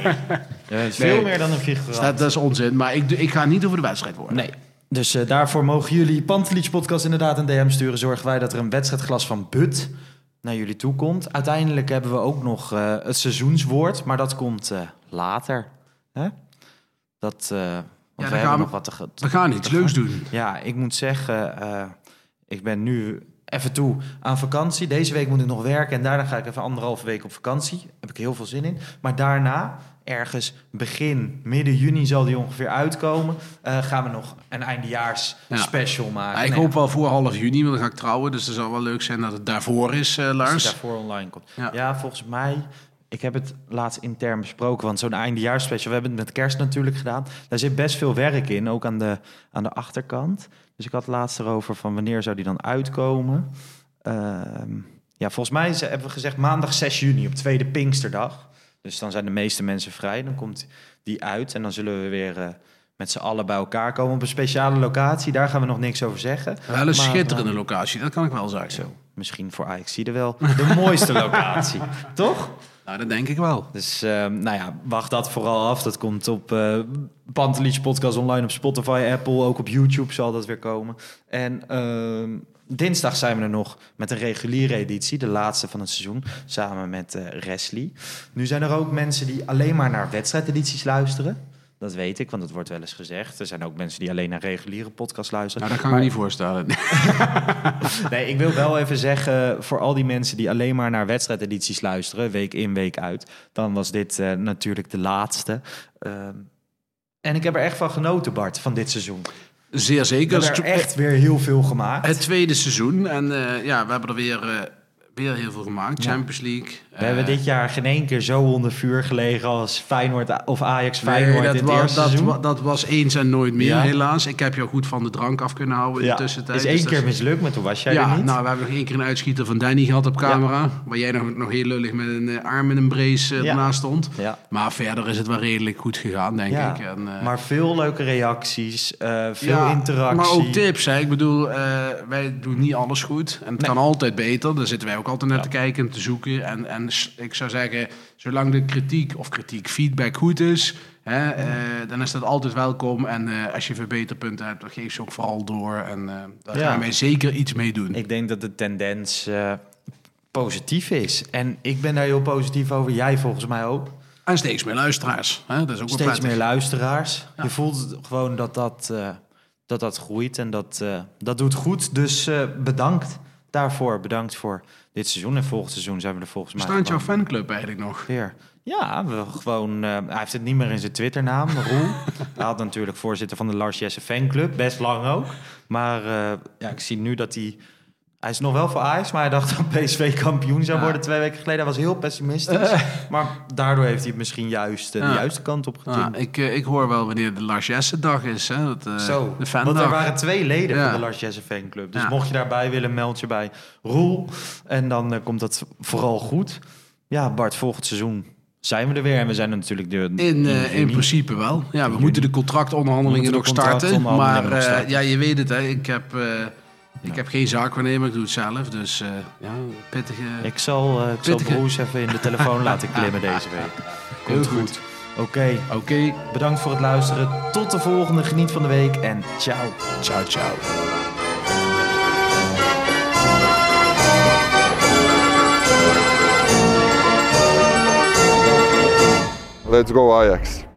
Ja, veel nee. meer dan een figurant. Dat, dat is onzin. Maar ik, ik ga niet over de wedstrijd worden. Nee. Dus uh, daarvoor mogen jullie Pantelich podcast inderdaad een D M sturen. Zorgen wij dat er een wedstrijdglas van But naar jullie toe komt. Uiteindelijk hebben we ook nog uh, het seizoenswoord. Maar dat komt uh, later. Hè? Dat... Uh, ja, we gaan we, nog wat te, te, we gaan iets leuks doen. Ja, ik moet zeggen... Uh, ik ben nu even toe aan vakantie. Deze week moet ik nog werken en daarna ga ik even anderhalve week op vakantie. Daar heb ik heel veel zin in. Maar daarna, ergens begin, midden juni zal die ongeveer uitkomen. Uh, gaan we nog een eindejaars ja. special maken. Ja, ik nee. hoop wel voor half juni, want dan ga ik trouwen. Dus het zal wel leuk zijn dat het daarvoor is, uh, Lars. Als het daarvoor online komt. Ja, ja volgens mij ik heb het laatst intern besproken, want zo'n eindejaarsspecial, we hebben het met kerst natuurlijk gedaan. Daar zit best veel werk in, ook aan de, aan de achterkant. Dus ik had het laatst erover van wanneer zou die dan uitkomen. Uh, ja, volgens mij is, hebben we gezegd maandag zes juni op tweede Pinksterdag. Dus dan zijn de meeste mensen vrij. Dan komt die uit en dan zullen we weer uh, met z'n allen bij elkaar komen op een speciale locatie. Daar gaan we nog niks over zeggen. Wel een maar, schitterende uh, locatie, dat kan ik wel zeggen. Zo, misschien voor Ajax zie je wel de mooiste locatie, toch? Nou, dat denk ik wel. Dus uh, nou ja, wacht dat vooral af. Dat komt op uh, Pantelich Podcast online op Spotify, Apple. Ook op YouTube zal dat weer komen. En uh, dinsdag zijn we er nog met een reguliere editie. De laatste van het seizoen. Samen met uh, Resli. Nu zijn er ook mensen die alleen maar naar wedstrijdedities luisteren. Dat weet ik, want dat wordt wel eens gezegd. Er zijn ook mensen die alleen naar reguliere podcasts luisteren. Nou, dat kan ik maar... me niet voorstellen. Nee, ik wil wel even zeggen, voor al die mensen die alleen maar naar wedstrijdedities luisteren, week in, week uit, dan was dit uh, natuurlijk de laatste. Uh, en ik heb er echt van genoten, Bart, van dit seizoen. Zeer zeker. We hebben er echt weer heel veel gemaakt. Het tweede seizoen. En uh, ja, we hebben er weer... Uh... Weer heel veel gemaakt, ja. Champions League. We uh, hebben dit jaar geen één keer zo onder vuur gelegen als Feyenoord of Ajax Feyenoord nee, dat in het was, eerste dat, seizoen. Dat was eens en nooit meer, ja. helaas. Ik heb jou goed van de drank af kunnen houden in ja. de tussentijd. Is één dus keer dat... mislukt, maar toen was jij ja, er niet. Nou, we hebben nog één keer een uitschieter van Danny gehad op camera. Ja. Waar jij nog, nog heel lullig met een uh, arm in een brace uh, ja. ernaast stond. Ja. Maar verder is het wel redelijk goed gegaan, denk ja. ik. En, uh, maar veel leuke reacties, uh, veel ja, interactie. Maar ook tips. Hè. Ik bedoel, uh, wij doen niet alles goed. En het nee. kan altijd beter. Daar zitten wij ook altijd naar ja. te kijken en te zoeken. En, en ik zou zeggen, zolang de kritiek of kritiek, feedback goed is, hè, uh, dan is dat altijd welkom. En uh, als je verbeterpunten hebt, dan geef ze ook vooral door. En uh, daar ja. gaan wij zeker iets mee doen. Ik denk dat de tendens uh, positief is. En ik ben daar heel positief over. Jij volgens mij ook. En steeds meer luisteraars. Hè? Dat is ook steeds meer luisteraars. Ja. Je voelt gewoon dat dat, uh, dat, dat groeit en dat, uh, dat doet goed. Dus uh, bedankt daarvoor. Bedankt voor dit seizoen. En volgend seizoen zijn we er volgens mij... Staat jouw fanclub eigenlijk nog? Weer. Ja, we gewoon... Uh, hij heeft het niet meer in zijn Twitternaam, Roel. Hij had natuurlijk voorzitter van de Lars Jesse fanclub. Best lang ook. Maar uh, ja, ik zie nu dat hij... Hij is nog wel voor Ajax, maar hij dacht dat P S V kampioen zou worden ja. twee weken geleden. Hij was heel pessimistisch. Uh. Maar daardoor heeft hij het misschien juist uh, ja. de juiste kant op getimd. Ja, ik, uh, ik hoor wel wanneer de Lars Jesse dag is. Hè? Dat, uh, Zo, de fandag. Want er waren twee leden ja. van de Lars Jesse fanclub. Dus ja. mocht je daarbij willen, meld je bij Roel. En dan uh, komt dat vooral goed. Ja, Bart, volgend seizoen zijn we er weer. En we zijn er natuurlijk... De, in, uh, in principe wel. Ja, we in moeten de contractonderhandelingen nog starten. Maar uh, starten. Ja, je weet het. Hè. Ik heb... Uh, Ik ja. heb geen zaakwaarnemer, ik doe het zelf. Dus uh, ja, pittige... Ik zal, uh, ik pittige... zal Broes even in de telefoon laten klimmen deze week. Komt Heel goed. goed. Oké. Okay. Okay. Bedankt voor het luisteren. Tot de volgende. Geniet van de week en ciao. Ciao, ciao. Let's go Ajax.